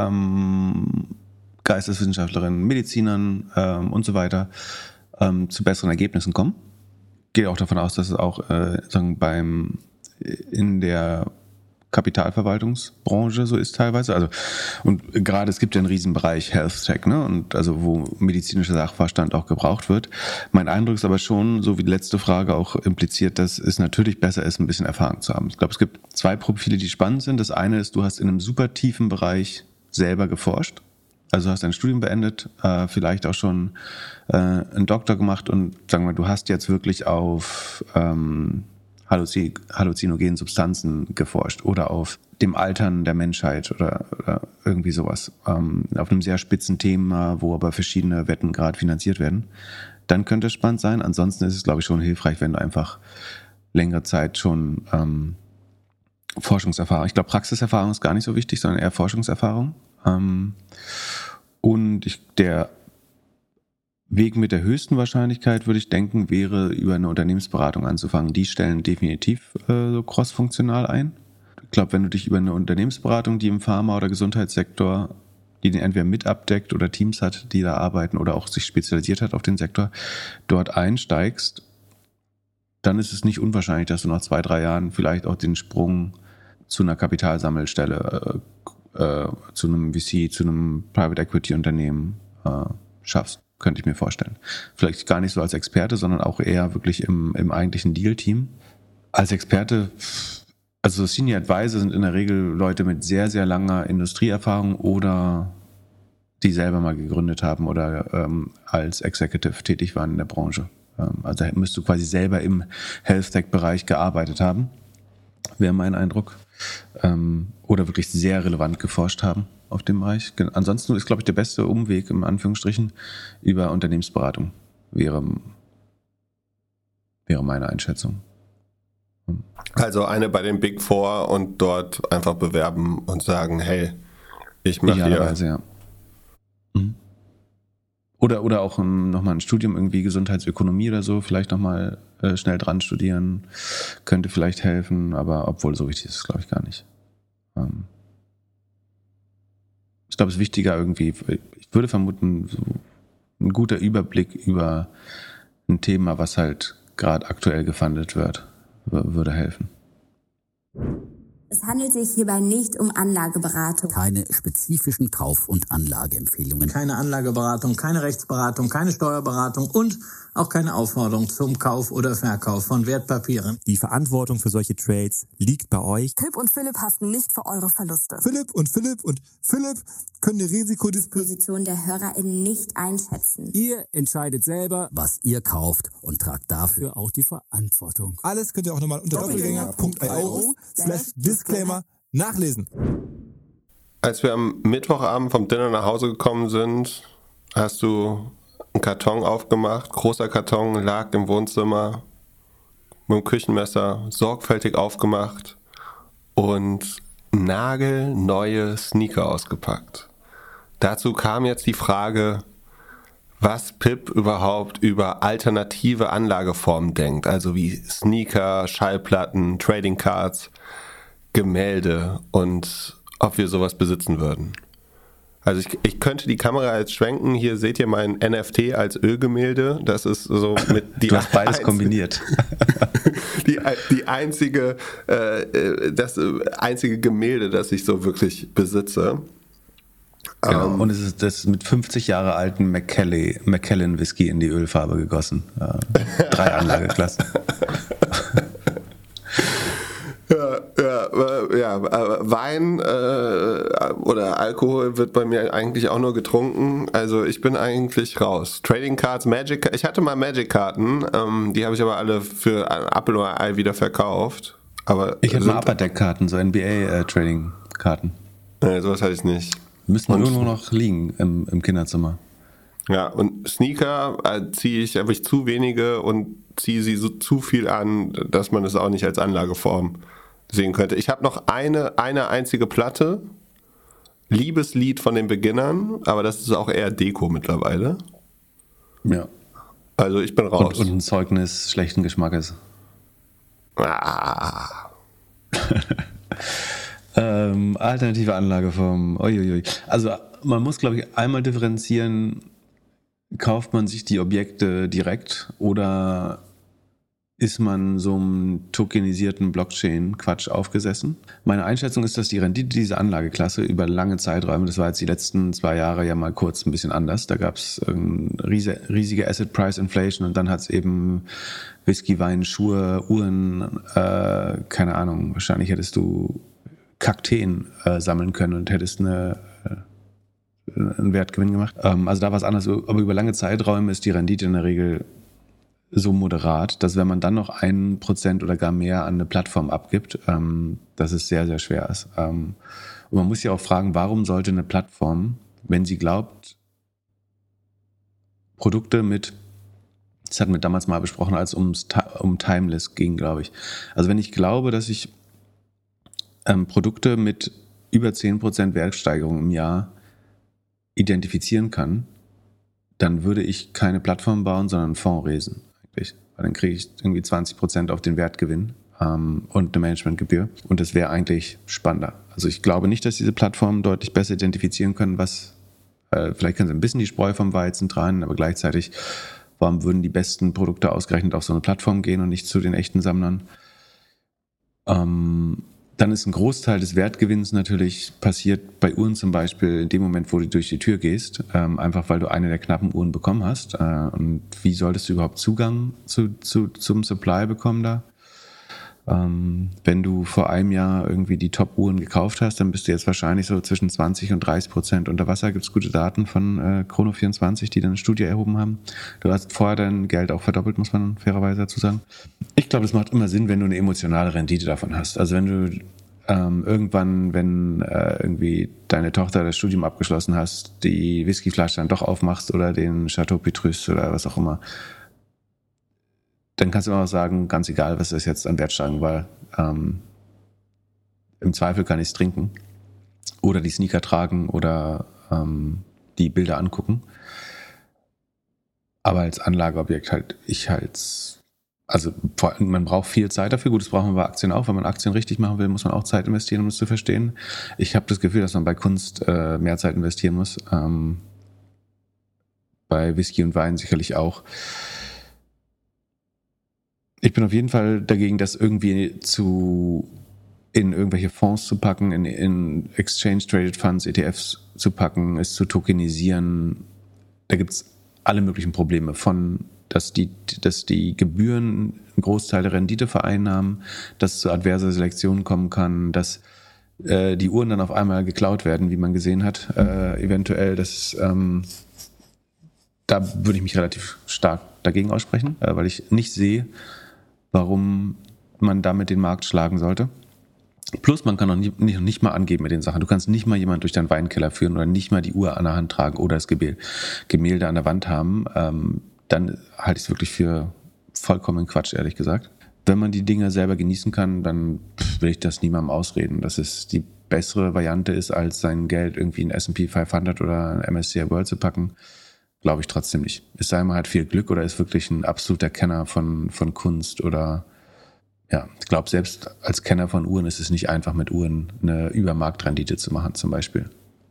Geisteswissenschaftlerinnen, Medizinern und so weiter zu besseren Ergebnissen kommen. Gehe auch davon aus, dass es auch in der Kapitalverwaltungsbranche so ist teilweise. Also, und gerade es gibt ja einen Riesenbereich Health Tech, ne? Und also wo medizinischer Sachverstand auch gebraucht wird. Mein Eindruck ist aber schon, so wie die letzte Frage auch impliziert, dass es natürlich besser ist, ein bisschen Erfahrung zu haben. Ich glaube, es gibt zwei Profile, die spannend sind. Das eine ist, du hast in einem super tiefen Bereich selber geforscht. Also du hast ein Studium beendet, vielleicht auch schon einen Doktor gemacht und sagen wir mal, du hast jetzt wirklich auf halluzinogenen Substanzen geforscht oder auf dem Altern der Menschheit oder irgendwie sowas. Auf einem sehr spitzen Thema, wo aber verschiedene Wetten gerade finanziert werden. Dann könnte es spannend sein. Ansonsten ist es, glaube ich, schon hilfreich, wenn du einfach längere Zeit schon Forschungserfahrung, ich glaube, Praxiserfahrung ist gar nicht so wichtig, sondern eher Forschungserfahrung. Und der Weg mit der höchsten Wahrscheinlichkeit, würde ich denken, wäre, über eine Unternehmensberatung anzufangen. Die stellen definitiv so cross-funktional ein. Ich glaube, wenn du dich über eine Unternehmensberatung, die im Pharma- oder Gesundheitssektor, die den entweder mit abdeckt oder Teams hat, die da arbeiten oder auch sich spezialisiert hat auf den Sektor, dort einsteigst, dann ist es nicht unwahrscheinlich, dass du nach 2-3 Jahren vielleicht auch den Sprung zu einer Kapitalsammelstelle, zu einem VC, zu einem Private Equity Unternehmen schaffst. Könnte ich mir vorstellen. Vielleicht gar nicht so als Experte, sondern auch eher wirklich im eigentlichen Deal-Team. Als Experte, also Senior Advisor sind in der Regel Leute mit sehr, sehr langer Industrieerfahrung oder die selber mal gegründet haben oder als Executive tätig waren in der Branche. Also müsst du quasi selber im Health-Tech-Bereich gearbeitet haben, wäre mein Eindruck. Oder wirklich sehr relevant geforscht haben auf dem Bereich. Ansonsten ist, glaube ich, der beste Umweg, im Anführungsstrichen, über Unternehmensberatung wäre meine Einschätzung. Also eine bei den Big Four und dort einfach bewerben und sagen, hey, Ich mache Idealerweise, ja. Mhm. Oder auch nochmal ein Studium, irgendwie Gesundheitsökonomie oder so, vielleicht nochmal schnell dran studieren, könnte vielleicht helfen, aber obwohl so wichtig ist es, glaube ich, gar nicht. Ich glaube, es ist wichtiger irgendwie, ich würde vermuten, so ein guter Überblick über ein Thema, was halt gerade aktuell gefundet wird, würde helfen. Es handelt sich hierbei nicht um Anlageberatung. Keine spezifischen Kauf- und Anlageempfehlungen. Keine Anlageberatung, keine Rechtsberatung, keine Steuerberatung und auch keine Aufforderung zum Kauf oder Verkauf von Wertpapieren. Die Verantwortung für solche Trades liegt bei euch. Philipp und Philipp haften nicht für eure Verluste. Philipp können die Risikodisposition der HörerInnen nicht einschätzen. Ihr entscheidet selber, was ihr kauft und tragt dafür auch die Verantwortung. Alles könnt ihr auch nochmal unter doppelgänger.io/Disclaimer nachlesen. Als wir am Mittwochabend vom Dinner nach Hause gekommen sind, hast du einen Karton aufgemacht. Großer Karton lag im Wohnzimmer mit dem Küchenmesser sorgfältig aufgemacht und nagelneue Sneaker ausgepackt. Dazu kam jetzt die Frage, was Pip überhaupt über alternative Anlageformen denkt, also wie Sneaker, Schallplatten, Trading Cards, Gemälde und ob wir sowas besitzen würden. Also ich könnte die Kamera jetzt schwenken, hier seht ihr mein NFT als Ölgemälde, das ist so mit die Du hast beides kombiniert. das einzige Gemälde, das ich so wirklich besitze. Genau. Und es ist das mit 50 Jahre alten Macallan Whisky in die Ölfarbe gegossen. 3 Anlageklassen. Wein oder Alkohol wird bei mir eigentlich auch nur getrunken. Also ich bin eigentlich raus. Trading Cards, Magic. Ich hatte mal Magic-Karten, die habe ich aber alle für Apfel oder Ei wieder verkauft. Aber ich hatte mal Upper Deck-Karten, so NBA-Trading-Karten. Sowas hatte ich nicht. Müssen irgendwo noch liegen im Kinderzimmer. Ja, und Sneaker habe ich zu wenige und ziehe sie so zu viel an, dass man es auch nicht als Anlageform sehen könnte. Ich habe noch eine einzige Platte, Liebeslied von den Beginnern, aber das ist auch eher Deko mittlerweile. Ja. Also ich bin raus. Und ein Zeugnis schlechten Geschmackes. Alternative Anlageform. Uiuiui. Also man muss, glaube ich, einmal differenzieren, kauft man sich die Objekte direkt oder ist man so einem tokenisierten Blockchain-Quatsch aufgesessen? Meine Einschätzung ist, dass die Rendite dieser Anlageklasse über lange Zeiträume, das war jetzt die letzten 2 Jahre ja mal kurz ein bisschen anders, da gab es riesige Asset Price Inflation und dann hat es eben Whisky, Wein, Schuhe, Uhren, keine Ahnung, wahrscheinlich hättest du Kakteen sammeln können und hättest einen Wertgewinn gemacht. Also da war es anders, aber über lange Zeiträume ist die Rendite in der Regel so moderat, dass wenn man dann noch 1% oder gar mehr an eine Plattform abgibt, dass es sehr, sehr schwer ist. Und man muss ja auch fragen, warum sollte eine Plattform, wenn sie glaubt, Produkte das hatten wir damals mal besprochen, als um Timeless ging, glaube ich. Also wenn ich glaube, dass ich Produkte mit über 10% Wertsteigerung im Jahr identifizieren kann, dann würde ich keine Plattform bauen, sondern einen Fonds raisen. Weil dann kriege ich irgendwie 20% auf den Wertgewinn und eine Managementgebühr. Und das wäre eigentlich spannender. Also ich glaube nicht, dass diese Plattformen deutlich besser identifizieren können, vielleicht können sie ein bisschen die Spreu vom Weizen trennen, aber gleichzeitig, warum würden die besten Produkte ausgerechnet auf so eine Plattform gehen und nicht zu den echten Sammlern? Dann ist ein Großteil des Wertgewinns natürlich passiert bei Uhren zum Beispiel in dem Moment, wo du durch die Tür gehst, einfach weil du eine der knappen Uhren bekommen hast. Und wie solltest du überhaupt Zugang zum Supply bekommen da? Wenn du vor einem Jahr irgendwie die Top-Uhren gekauft hast, dann bist du jetzt wahrscheinlich so zwischen 20% und 30% unter Wasser. Gibt es gute Daten von Chrono24, die dann eine Studie erhoben haben. Du hast vorher dein Geld auch verdoppelt, muss man fairerweise dazu sagen. Ich glaube, es macht immer Sinn, wenn du eine emotionale Rendite davon hast. Also wenn du irgendwann, wenn irgendwie deine Tochter das Studium abgeschlossen hast, die Whiskyflasche dann doch aufmachst oder den Chateau Petrus oder was auch immer, dann kannst du immer noch sagen, ganz egal, was das jetzt an Wertsteigerung war, im Zweifel kann ich es trinken. oder die Sneaker tragen oder die Bilder angucken. Aber als Anlageobjekt also man braucht viel Zeit dafür. Gut, das braucht man bei Aktien auch. Wenn man Aktien richtig machen will, muss man auch Zeit investieren, um es zu verstehen. Ich habe das Gefühl, dass man bei Kunst mehr Zeit investieren muss. Bei Whisky und Wein sicherlich auch. Ich bin auf jeden Fall dagegen, das irgendwie in irgendwelche Fonds zu packen, in Exchange-Traded Funds, ETFs zu packen, es zu tokenisieren. Da gibt es alle möglichen Probleme dass die Gebühren einen Großteil der Rendite vereinnahmen, dass es zu adverser Selektion kommen kann, dass die Uhren dann auf einmal geklaut werden, wie man gesehen hat, eventuell. Da würde ich mich relativ stark dagegen aussprechen, weil ich nicht sehe, warum man damit den Markt schlagen sollte. Plus, man kann auch nicht mal angeben mit den Sachen. Du kannst nicht mal jemanden durch deinen Weinkeller führen oder nicht mal die Uhr an der Hand tragen oder das Gemälde an der Wand haben. Dann halte ich es wirklich für vollkommen Quatsch, ehrlich gesagt. Wenn man die Dinge selber genießen kann, dann will ich das niemandem ausreden, dass es die bessere Variante ist, als sein Geld irgendwie in S&P 500 oder MSCI World zu packen. Glaube ich trotzdem nicht. Es sei mal, hat viel Glück oder ist wirklich ein absoluter Kenner von Kunst oder ja, ich glaube, selbst als Kenner von Uhren ist es nicht einfach, mit Uhren eine Übermarktrendite zu machen, zum Beispiel.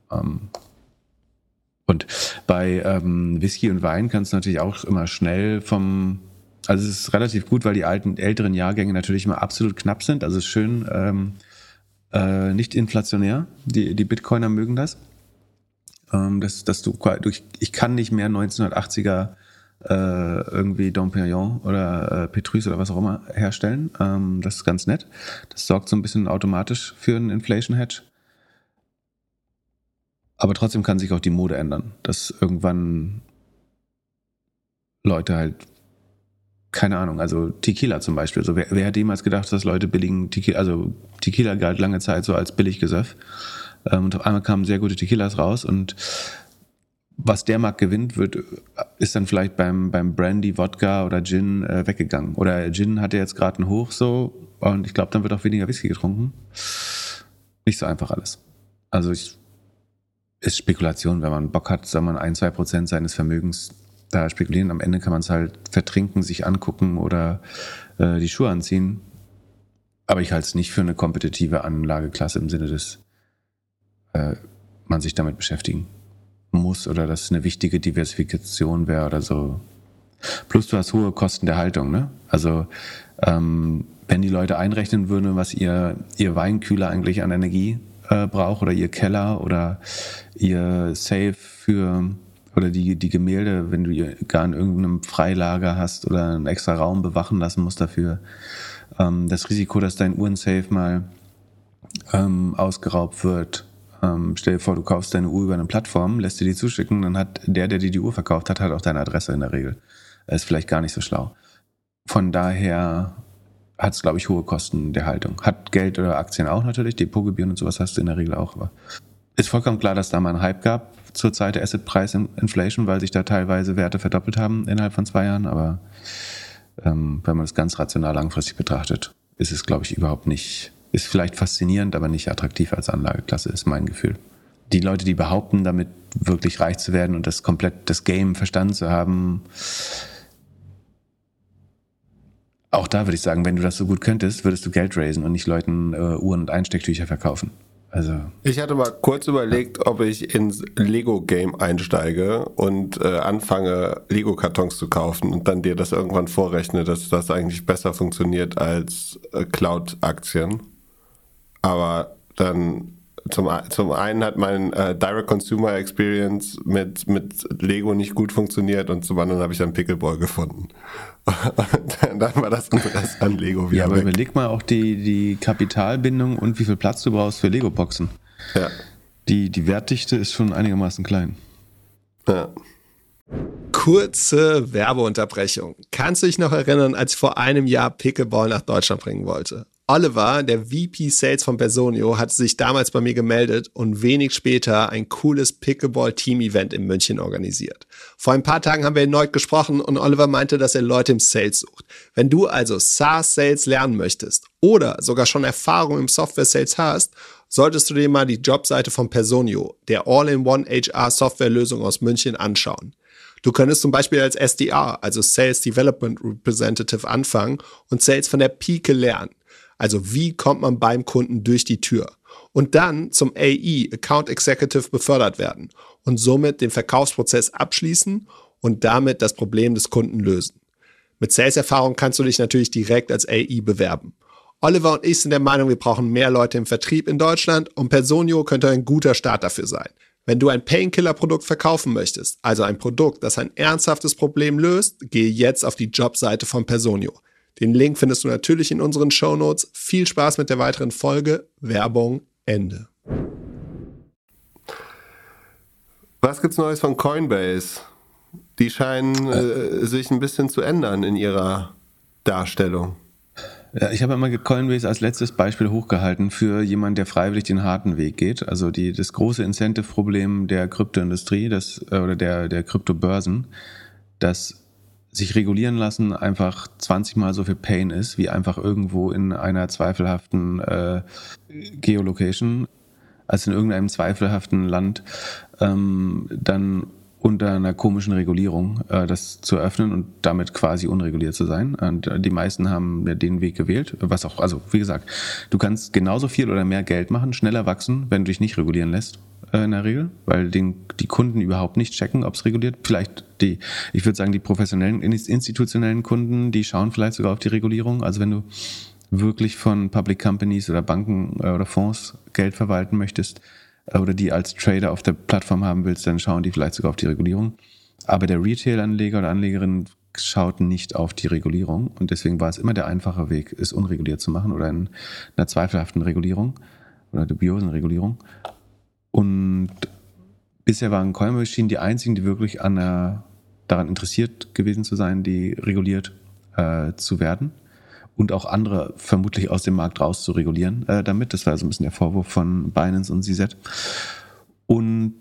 Und bei Whisky und Wein kannst du natürlich auch immer schnell also es ist relativ gut, weil die älteren Jahrgänge natürlich immer absolut knapp sind. Also es ist schön nicht inflationär. Die Bitcoiner mögen das. Ich kann nicht mehr 1980er irgendwie Dom Perignon oder Petrus oder was auch immer herstellen. Das ist ganz nett. Das sorgt so ein bisschen automatisch für einen Inflation Hedge. Aber trotzdem kann sich auch die Mode ändern, dass irgendwann Leute halt, keine Ahnung, also Tequila zum Beispiel. Also wer hat jemals gedacht, dass Leute billigen Tequila, also Tequila galt lange Zeit so als Billiggesöff. Und auf einmal kamen sehr gute Tequilas raus und was der Markt gewinnt, ist dann vielleicht beim Brandy, Wodka oder Gin weggegangen. Oder Gin hatte jetzt gerade einen Hoch so und ich glaube, dann wird auch weniger Whisky getrunken. Nicht so einfach alles. Also ist Spekulation, wenn man Bock hat, soll man 1-2% seines Vermögens da spekulieren. Am Ende kann man es halt vertrinken, sich angucken oder die Schuhe anziehen. Aber ich halte es nicht für eine kompetitive Anlageklasse im Sinne des man sich damit beschäftigen muss oder dass es eine wichtige Diversifikation wäre oder so. Plus du hast hohe Kosten der Haltung, ne? Also wenn die Leute einrechnen würden, was ihr Weinkühler eigentlich an Energie braucht oder ihr Keller oder ihr Safe oder die Gemälde, wenn du gar in irgendeinem Freilager hast oder einen extra Raum bewachen lassen musst dafür, das Risiko, dass dein Uhrensafe mal ausgeraubt wird. Stell dir vor, du kaufst deine Uhr über eine Plattform, lässt dir die zuschicken, dann hat der die Uhr verkauft hat, auch deine Adresse in der Regel. Ist vielleicht gar nicht so schlau. Von daher hat es, glaube ich, hohe Kosten der Haltung. Hat Geld oder Aktien auch natürlich, Depotgebühren und sowas hast du in der Regel auch. Aber ist vollkommen klar, dass da mal einen Hype gab zur Zeit der Asset-Price-Inflation, weil sich da teilweise Werte verdoppelt haben innerhalb von 2 Jahren. Aber wenn man das ganz rational langfristig betrachtet, ist es, glaube ich, überhaupt nicht. Ist vielleicht faszinierend, aber nicht attraktiv als Anlageklasse, ist mein Gefühl. Die Leute, die behaupten, damit wirklich reich zu werden und das Game verstanden zu haben, auch da würde ich sagen, wenn du das so gut könntest, würdest du Geld raisen und nicht Leuten Uhren und Einstecktücher verkaufen. Also ich hatte mal kurz überlegt, ob ich ins Lego-Game einsteige und anfange, Lego-Kartons zu kaufen und dann dir das irgendwann vorrechne, dass das eigentlich besser funktioniert als Cloud-Aktien. Aber dann zum einen hat mein Direct-Consumer-Experience mit Lego nicht gut funktioniert und zum anderen habe ich dann Pickleball gefunden. Und dann war das Interesse an Lego wieder. Ja, aber weg. überleg mal auch die Kapitalbindung und wie viel Platz du brauchst für Lego-Boxen. Ja. Die Wertdichte ist schon einigermaßen klein. Ja. Kurze Werbeunterbrechung. Kannst du dich noch erinnern, als ich vor einem Jahr Pickleball nach Deutschland bringen wollte? Oliver, der VP Sales von Personio, hatte sich damals bei mir gemeldet und wenig später ein cooles Pickleball-Team-Event in München organisiert. Vor ein paar Tagen haben wir erneut gesprochen und Oliver meinte, dass er Leute im Sales sucht. Wenn du also SaaS-Sales lernen möchtest oder sogar schon Erfahrung im Software-Sales hast, solltest du dir mal die Jobseite von Personio, der All-in-One HR-Software-Lösung aus München, anschauen. Du könntest zum Beispiel als SDR, also Sales Development Representative, anfangen und Sales von der Pike lernen. Also wie kommt man beim Kunden durch die Tür? Und dann zum AE, Account Executive, befördert werden und somit den Verkaufsprozess abschließen und damit das Problem des Kunden lösen. Mit Sales-Erfahrung kannst du dich natürlich direkt als AE bewerben. Oliver und ich sind der Meinung, wir brauchen mehr Leute im Vertrieb in Deutschland und Personio könnte ein guter Start dafür sein. Wenn du ein Painkiller-Produkt verkaufen möchtest, also ein Produkt, das ein ernsthaftes Problem löst, gehe jetzt auf die Jobseite von Personio. Den Link findest du natürlich in unseren Shownotes. Viel Spaß mit der weiteren Folge. Werbung Ende. Was gibt's Neues von Coinbase? Die scheinen sich ein bisschen zu ändern in ihrer Darstellung. Ja, ich habe immer Coinbase als letztes Beispiel hochgehalten für jemanden, der freiwillig den harten Weg geht. Also das große Incentive-Problem der Kryptoindustrie, oder der Kryptobörsen, dass sich regulieren lassen einfach 20 Mal so viel Pain ist, wie einfach irgendwo in einer zweifelhaften Geolocation, als in irgendeinem zweifelhaften Land dann unter einer komischen Regulierung das zu öffnen und damit quasi unreguliert zu sein. Und die meisten haben ja den Weg gewählt, was auch, also wie gesagt, du kannst genauso viel oder mehr Geld machen, schneller wachsen, wenn du dich nicht regulieren lässt. In der Regel, weil die Kunden überhaupt nicht checken, ob es reguliert. Vielleicht ich würde sagen, die professionellen, institutionellen Kunden, die schauen vielleicht sogar auf die Regulierung. Also wenn du wirklich von Public Companies oder Banken oder Fonds Geld verwalten möchtest oder die als Trader auf der Plattform haben willst, dann schauen die vielleicht sogar auf die Regulierung. Aber der Retail-Anleger oder Anlegerin schaut nicht auf die Regulierung und deswegen war es immer der einfache Weg, es unreguliert zu machen oder in einer zweifelhaften Regulierung oder dubiosen Regulierung. Und bisher waren Coinbase die einzigen, die wirklich daran interessiert gewesen zu sein, die reguliert zu werden und auch andere vermutlich aus dem Markt raus zu regulieren damit. Das war so ein bisschen der Vorwurf von Binance und CZ. Und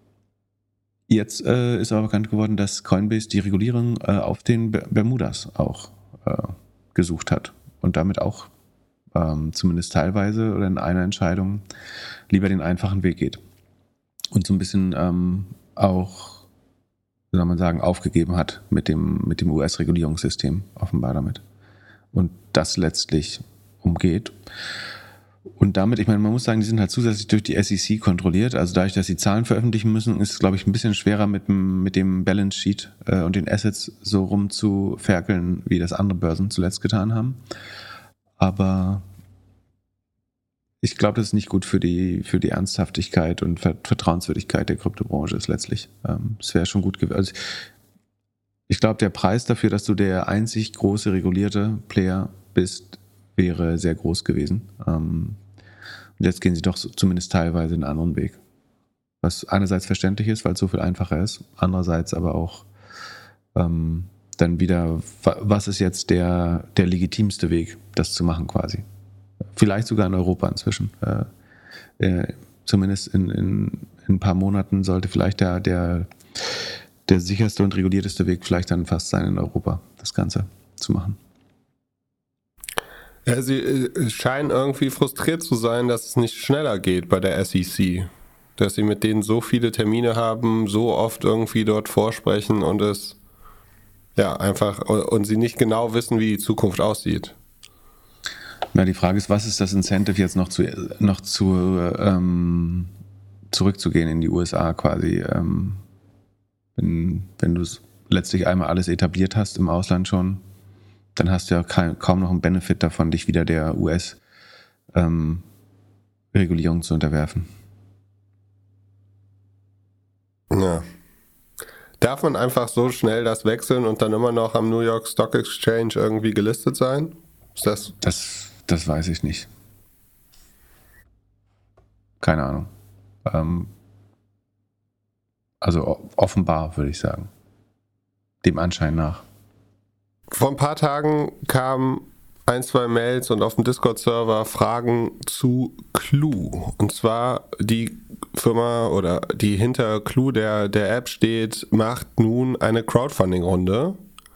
jetzt ist aber bekannt geworden, dass Coinbase die Regulierung auf den Bermudas auch gesucht hat und damit auch zumindest teilweise oder in einer Entscheidung lieber den einfachen Weg geht und so ein bisschen auch, wie soll man sagen, aufgegeben hat mit dem US-Regulierungssystem offenbar damit und das letztlich umgeht. Und damit, ich meine, man muss sagen, die sind halt zusätzlich durch die SEC kontrolliert, also dadurch, dass sie Zahlen veröffentlichen müssen, ist es, glaube ich, ein bisschen schwerer mit dem Balance Sheet und den Assets so rumzuferkeln, wie das andere Börsen zuletzt getan haben. Aber ich glaube, das ist nicht gut für die Ernsthaftigkeit und Vertrauenswürdigkeit der Kryptobranche ist letztlich. Es wäre schon gut gewesen. Also ich glaube, der Preis dafür, dass du der einzig große regulierte Player bist, wäre sehr groß gewesen. Und jetzt gehen sie doch zumindest teilweise einen anderen Weg. Was einerseits verständlich ist, weil es so viel einfacher ist. Andererseits aber auch dann wieder, was ist jetzt der legitimste Weg, das zu machen quasi. Vielleicht sogar in Europa inzwischen. Zumindest in ein paar Monaten sollte vielleicht der sicherste und regulierteste Weg vielleicht dann fast sein, in Europa das Ganze zu machen. Ja, sie scheinen irgendwie frustriert zu sein, dass es nicht schneller geht bei der SEC. Dass sie mit denen so viele Termine haben, so oft irgendwie dort vorsprechen und und sie nicht genau wissen, wie die Zukunft aussieht. Ja, die Frage ist, was ist das Incentive jetzt noch zurückzugehen in die USA quasi, wenn du letztlich einmal alles etabliert hast im Ausland schon, dann hast du ja kaum noch einen Benefit davon, dich wieder der US-Regulierung zu unterwerfen. Ja. Darf man einfach so schnell das wechseln und dann immer noch am New York Stock Exchange irgendwie gelistet sein? Ist das? Das weiß ich nicht. Keine Ahnung. Also offenbar, würde ich sagen. Dem Anschein nach. Vor ein paar Tagen kam ein, zwei Mails und auf dem Discord-Server Fragen zu Clue. Und zwar die Firma oder die hinter Clue der App steht, macht nun eine Crowdfunding-Runde.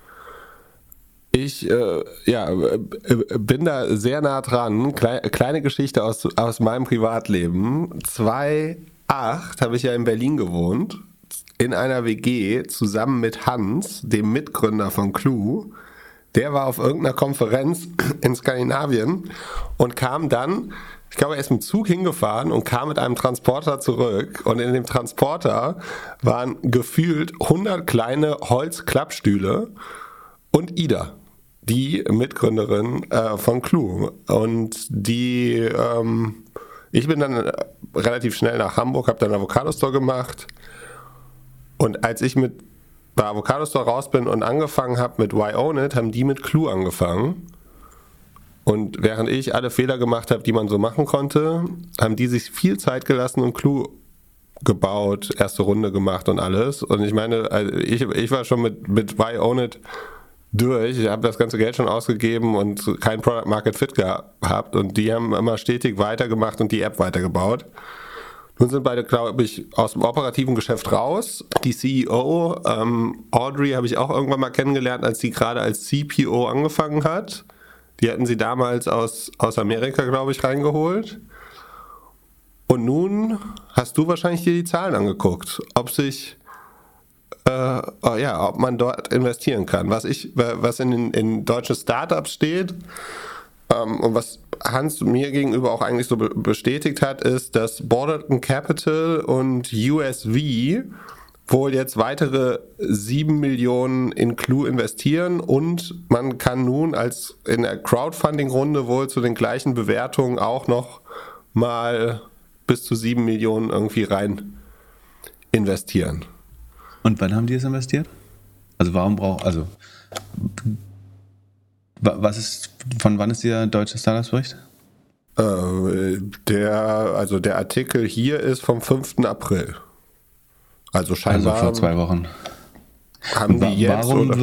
Ich bin da sehr nah dran. Kleine Geschichte aus meinem Privatleben. 2008 habe ich ja in Berlin gewohnt, in einer WG, zusammen mit Hans, dem Mitgründer von Clue. Der war auf irgendeiner Konferenz in Skandinavien und kam dann, ich glaube, er ist mit dem Zug hingefahren und kam mit einem Transporter zurück. Und in dem Transporter waren gefühlt 100 kleine Holzklappstühle und Ida, die Mitgründerin von Clue. Und ich bin dann relativ schnell nach Hamburg, habe dann Avocado Store gemacht. Und als ich bei Avocado Store raus bin und angefangen habe mit Why Own It, haben die mit Clue angefangen. Und während ich alle Fehler gemacht habe, die man so machen konnte, haben die sich viel Zeit gelassen und Clue gebaut, erste Runde gemacht und alles. Und ich meine, also ich war schon mit Why Own It durch. Ich habe das ganze Geld schon ausgegeben und kein Product Market Fit gehabt. Und die haben immer stetig weitergemacht und die App weitergebaut. Nun sind beide, glaube ich, aus dem operativen Geschäft raus. Die CEO, Audrey, habe ich auch irgendwann mal kennengelernt, als sie gerade als CPO angefangen hat. Die hatten sie damals aus Amerika, glaube ich, reingeholt. Und nun hast du wahrscheinlich dir die Zahlen angeguckt, ob man dort investieren kann. Was in deutschen Startups steht und was Hans mir gegenüber auch eigentlich so bestätigt hat, ist, dass Borderton Capital und USV wohl jetzt weitere 7 Millionen in Clue investieren und man kann nun als in der Crowdfunding-Runde wohl zu den gleichen Bewertungen auch noch mal bis zu 7 Millionen irgendwie rein investieren. Und wann haben die es investiert? Also von wann ist der deutsche Startups-Bericht? Der Artikel hier ist vom 5. April. Also scheinbar. Also vor 2 Wochen. Haben die jetzt, warum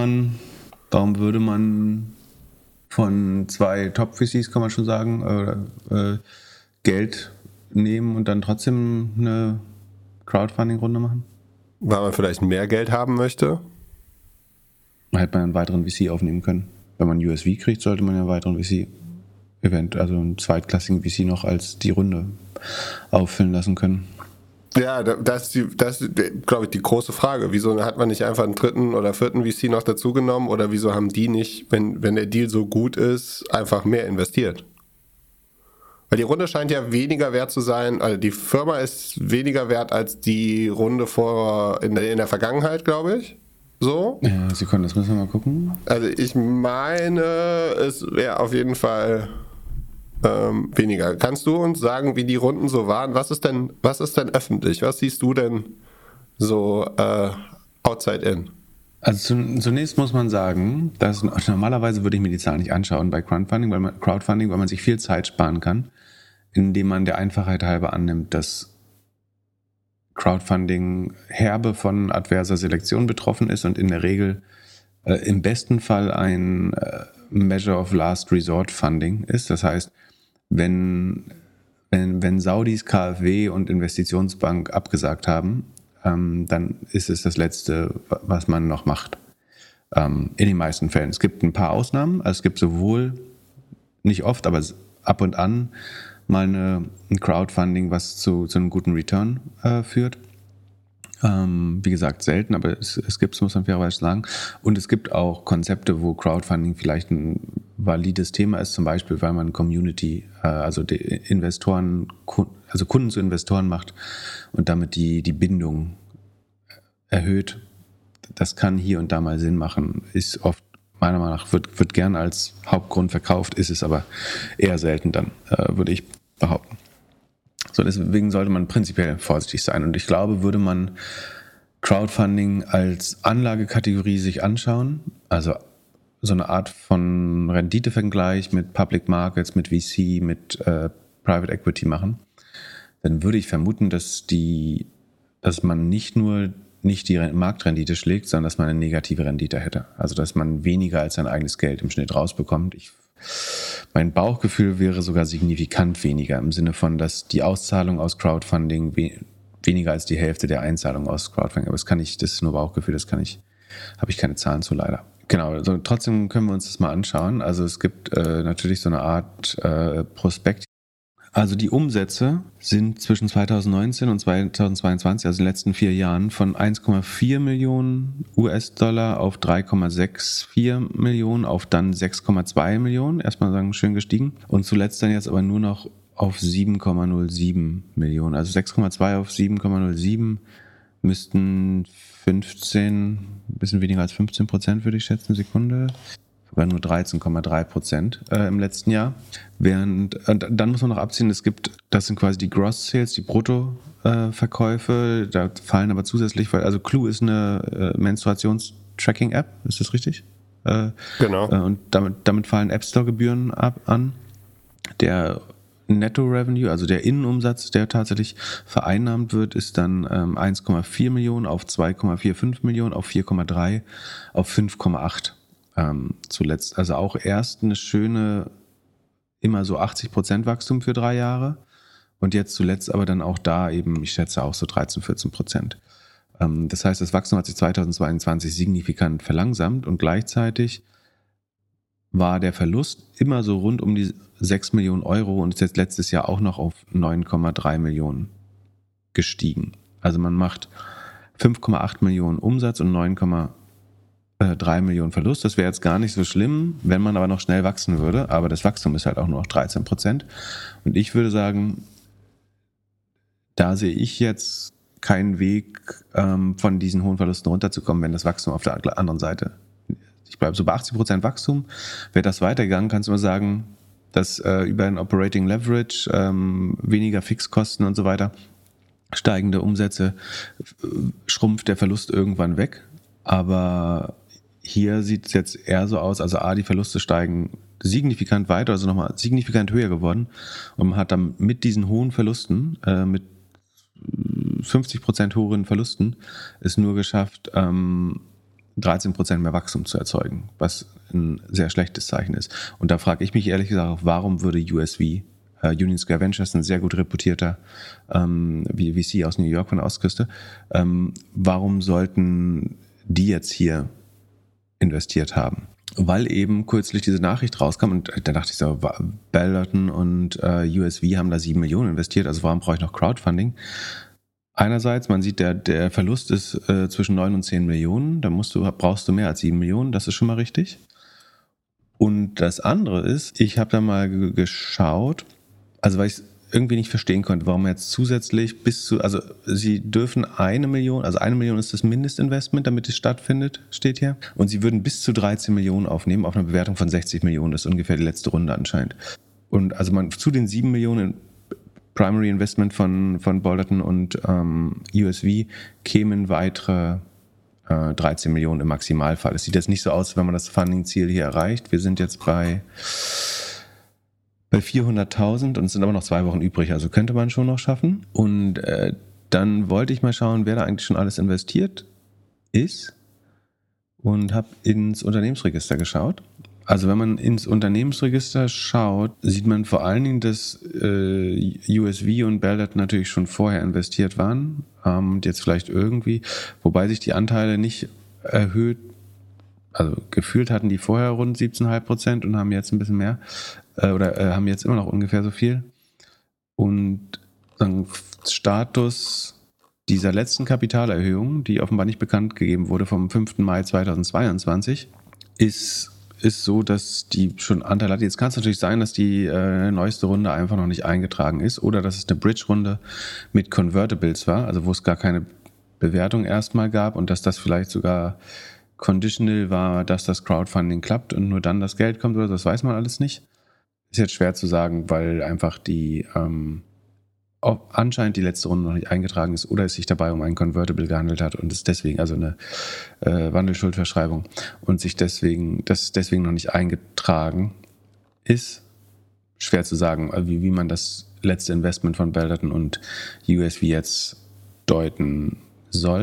würde man von 2 Top-VCs, kann man schon sagen, Geld nehmen und dann trotzdem eine Crowdfunding-Runde machen? Weil man vielleicht mehr Geld haben möchte? Hätte man einen weiteren VC aufnehmen können. Wenn man USV kriegt, sollte man ja einen weiteren VC-Event, also einen zweitklassigen VC noch als die Runde auffüllen lassen können. Ja, das ist, glaube ich, die große Frage. Wieso hat man nicht einfach einen 3. oder 4. VC noch dazugenommen oder wieso haben die nicht, wenn der Deal so gut ist, einfach mehr investiert? Weil die Runde scheint ja weniger wert zu sein, also die Firma ist weniger wert als die Runde in der Vergangenheit, glaube ich. So? Ja, Sekunde, das müssen wir mal gucken. Also ich meine, es wäre auf jeden Fall weniger. Kannst du uns sagen, wie die Runden so waren? Was ist denn öffentlich? Was siehst du denn so outside in? Also zunächst muss man sagen, dass normalerweise würde ich mir die Zahlen nicht anschauen bei Crowdfunding, weil man sich viel Zeit sparen kann, indem man der Einfachheit halber annimmt, dass Crowdfunding herbe von adverser Selektion betroffen ist und in der Regel im besten Fall ein Measure of Last Resort Funding ist. Das heißt, wenn Saudis KfW und Investitionsbank abgesagt haben, dann ist es das Letzte, was man noch macht. In den meisten Fällen. Es gibt ein paar Ausnahmen. Also es gibt sowohl, nicht oft, aber ab und an mal ein Crowdfunding, was zu einem guten Return führt. Wie gesagt, selten, aber es gibt es, muss man fairerweise sagen. Und es gibt auch Konzepte, wo Crowdfunding vielleicht ein valides Thema ist, zum Beispiel, weil man Community, also die Investoren, also Kunden zu Investoren macht und damit die Bindung erhöht. Das kann hier und da mal Sinn machen, ist oft, meiner Meinung nach, wird gern als Hauptgrund verkauft, ist es aber eher selten dann, würde ich behaupten. So, deswegen sollte man prinzipiell vorsichtig sein. Und ich glaube, würde man Crowdfunding als Anlagekategorie sich anschauen, also so eine Art von Renditevergleich mit Public Markets, mit VC, mit Private Equity machen, dann würde ich vermuten, dass man nicht nur nicht die Marktrendite schlägt, sondern dass man eine negative Rendite hätte. Also dass man weniger als sein eigenes Geld im Schnitt rausbekommt. Ich Mein Bauchgefühl wäre sogar signifikant weniger, im Sinne von, dass die Auszahlung aus Crowdfunding weniger als die Hälfte der Einzahlung aus Crowdfunding. Aber das ist nur Bauchgefühl, habe ich keine Zahlen zu leider. Genau, also trotzdem können wir uns das mal anschauen. Also es gibt natürlich so eine Art Prospekt. Also die Umsätze sind zwischen 2019 und 2022, also in den letzten 4 Jahren, von 1,4 Millionen US-Dollar auf 3,64 Millionen auf dann 6,2 Millionen. Erstmal sagen, schön gestiegen. Und zuletzt dann jetzt aber nur noch auf 7,07 Millionen. Also 6,2 auf 7,07 müssten 15, ein bisschen weniger als 15%, würde ich schätzen, Sekunde. Sogar nur 13,3% im letzten Jahr. Und dann muss man noch abziehen, das sind quasi die Gross Sales, die Bruttoverkäufe. Da fallen aber zusätzlich, also Clue ist eine Menstruations-Tracking-App, ist das richtig? Genau. Und damit fallen App Store-Gebühren an. Der Netto-Revenue, also der Innenumsatz, der tatsächlich vereinnahmt wird, ist dann 1,4 Millionen auf 2,45 Millionen auf 4,3 auf 5,8 zuletzt. Also auch erst eine schöne, immer so 80% Wachstum für 3 Jahre und jetzt zuletzt aber dann auch da eben, ich schätze auch so 13-14%. Das heißt, das Wachstum hat sich 2022 signifikant verlangsamt und gleichzeitig war der Verlust immer so rund um die 6 Millionen Euro und ist jetzt letztes Jahr auch noch auf 9,3 Millionen gestiegen. Also man macht 5,8 Millionen Umsatz und 9,3 Millionen Verlust. Das wäre jetzt gar nicht so schlimm, wenn man aber noch schnell wachsen würde. Aber das Wachstum ist halt auch nur noch 13%. Und ich würde sagen, da sehe ich jetzt keinen Weg, von diesen hohen Verlusten runterzukommen, wenn das Wachstum auf der anderen Seite. Ich bleibe so bei 80% Wachstum. Wäre das weitergegangen, kannst du mal sagen, dass über ein Operating Leverage, weniger Fixkosten und so weiter, steigende Umsätze, schrumpft der Verlust irgendwann weg. Aber hier sieht es jetzt eher so aus, also die Verluste steigen signifikant weiter, also nochmal signifikant höher geworden. Und man hat dann mit diesen hohen Verlusten, mit 50% höheren Verlusten, es nur geschafft, 13% mehr Wachstum zu erzeugen, was ein sehr schlechtes Zeichen ist. Und da frage ich mich ehrlich gesagt, warum würde USV, Union Square Ventures, ein sehr gut reputierter VC aus New York von der Ostküste, warum sollten die jetzt hier investiert haben? Weil eben kürzlich diese Nachricht rauskam und da dachte ich so, Balderton und USV haben da 7 Millionen investiert, also warum brauche ich noch Crowdfunding? Einerseits, man sieht, der Verlust ist zwischen 9 und 10 Millionen, da brauchst du mehr als 7 Millionen, das ist schon mal richtig. Und das andere ist, ich habe da mal geschaut, also weil ich es irgendwie nicht verstehen konnte, warum jetzt zusätzlich also sie dürfen 1 Million, also 1 Million ist das Mindestinvestment, damit es stattfindet, steht hier. Und sie würden bis zu 13 Millionen aufnehmen auf eine Bewertung von 60 Millionen, das ist ungefähr die letzte Runde anscheinend. Und also zu den 7 Millionen Primary Investment von Balderton und USV kämen weitere 13 Millionen im Maximalfall. Es sieht jetzt nicht so aus, wenn man das Funding-Ziel hier erreicht. Wir sind jetzt bei 400.000 und es sind aber noch 2 Wochen übrig, also könnte man schon noch schaffen. Und dann wollte ich mal schauen, wer da eigentlich schon alles investiert ist und habe ins Unternehmensregister geschaut. Also wenn man ins Unternehmensregister schaut, sieht man vor allen Dingen, dass USV und Balderton natürlich schon vorher investiert waren und jetzt vielleicht irgendwie, wobei sich die Anteile nicht erhöht, also gefühlt hatten die vorher rund 17,5% und haben jetzt ein bisschen mehr haben jetzt immer noch ungefähr so viel. Und dann Status dieser letzten Kapitalerhöhung, die offenbar nicht bekannt gegeben wurde, vom 5. Mai 2022, ist so, dass die schon Anteil hat. Jetzt kann es natürlich sein, dass die neueste Runde einfach noch nicht eingetragen ist oder dass es eine Bridge-Runde mit Convertibles war, also wo es gar keine Bewertung erstmal gab und dass das vielleicht sogar conditional war, dass das Crowdfunding klappt und nur dann das Geld kommt oder so, das weiß man alles nicht. Ist jetzt schwer zu sagen, weil einfach die anscheinend die letzte Runde noch nicht eingetragen ist oder es sich dabei um ein Convertible gehandelt hat und es deswegen, also eine Wandelschuldverschreibung und das deswegen noch nicht eingetragen ist. Schwer zu sagen, wie man das letzte Investment von Balderton und USV jetzt deuten soll.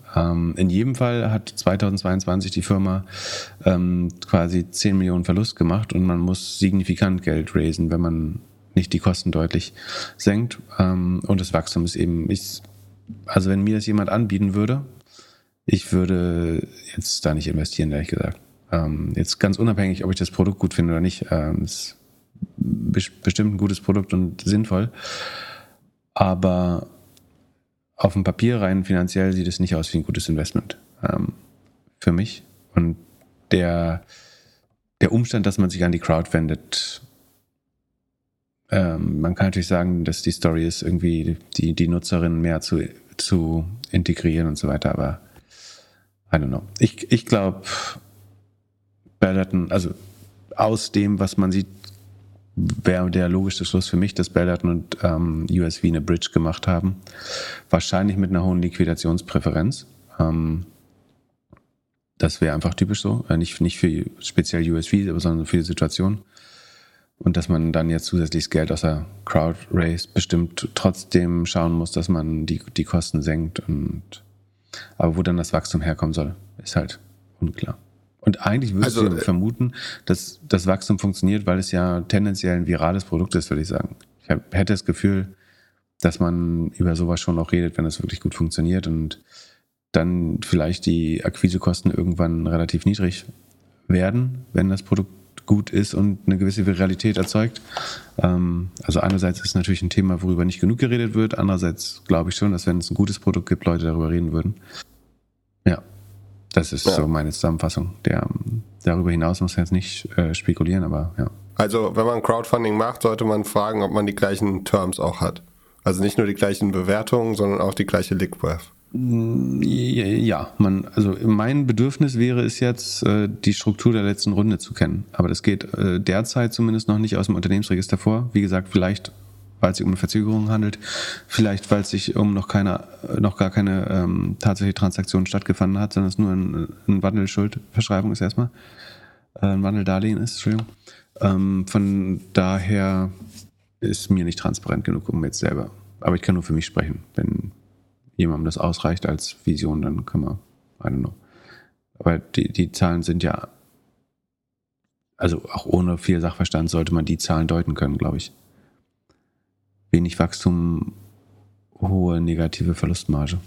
In jedem Fall hat 2022 die Firma quasi 10 Millionen Verlust gemacht und man muss signifikant Geld raisen, wenn man nicht die Kosten deutlich senkt. Und das Wachstum ist eben, also wenn mir das jemand anbieten würde, ich würde jetzt da nicht investieren, ehrlich gesagt. Jetzt ganz unabhängig, ob ich das Produkt gut finde oder nicht. Ist bestimmt ein gutes Produkt und sinnvoll. Aber auf dem Papier rein finanziell sieht es nicht aus wie ein gutes Investment für mich. Und der Umstand, dass man sich an die Crowd wendet, man kann natürlich sagen, dass die Story ist, irgendwie die Nutzerinnen mehr zu integrieren und so weiter, aber I don't know. Ich glaube, Balderton, also aus dem, was man sieht, wäre der logische Schluss für mich, dass Balderton und USV eine Bridge gemacht haben. Wahrscheinlich mit einer hohen Liquidationspräferenz. Das wäre einfach typisch so. Nicht für speziell USV, sondern für die Situation. Und dass man dann jetzt zusätzliches Geld aus der Crowd raised, bestimmt trotzdem schauen muss, dass man die Kosten senkt. Aber wo dann das Wachstum herkommen soll, ist halt unklar. Und eigentlich würdest du vermuten, dass das Wachstum funktioniert, weil es ja tendenziell ein virales Produkt ist, würde ich sagen. Ich hätte das Gefühl, dass man über sowas schon auch redet, wenn es wirklich gut funktioniert und dann vielleicht die Akquisekosten irgendwann relativ niedrig werden, wenn das Produkt gut ist und eine gewisse Viralität erzeugt. Also einerseits ist es natürlich ein Thema, worüber nicht genug geredet wird. Andererseits glaube ich schon, dass wenn es ein gutes Produkt gibt, Leute darüber reden würden. Ja, das ist so meine Zusammenfassung. Darüber hinaus muss man jetzt nicht spekulieren, aber ja. Also wenn man Crowdfunding macht, sollte man fragen, ob man die gleichen Terms auch hat. Also nicht nur die gleichen Bewertungen, sondern auch die gleiche Liquidity. Ja, also mein Bedürfnis wäre es jetzt, die Struktur der letzten Runde zu kennen. Aber das geht derzeit zumindest noch nicht aus dem Unternehmensregister vor. Wie gesagt, vielleicht, weil es sich um eine Verzögerung handelt, vielleicht, weil es sich um noch gar keine tatsächliche Transaktion stattgefunden hat, sondern es nur eine Wandelschuldverschreibung ist erstmal. Ein Wandeldarlehen ist, Entschuldigung. Von daher ist mir nicht transparent genug, um jetzt selber. Aber ich kann nur für mich sprechen. Wenn jemandem das ausreicht als Vision, dann kann man, I don't know. Aber die Zahlen sind ja, also auch ohne viel Sachverstand sollte man die Zahlen deuten können, glaube ich. Wenig Wachstum, hohe negative Verlustmarge,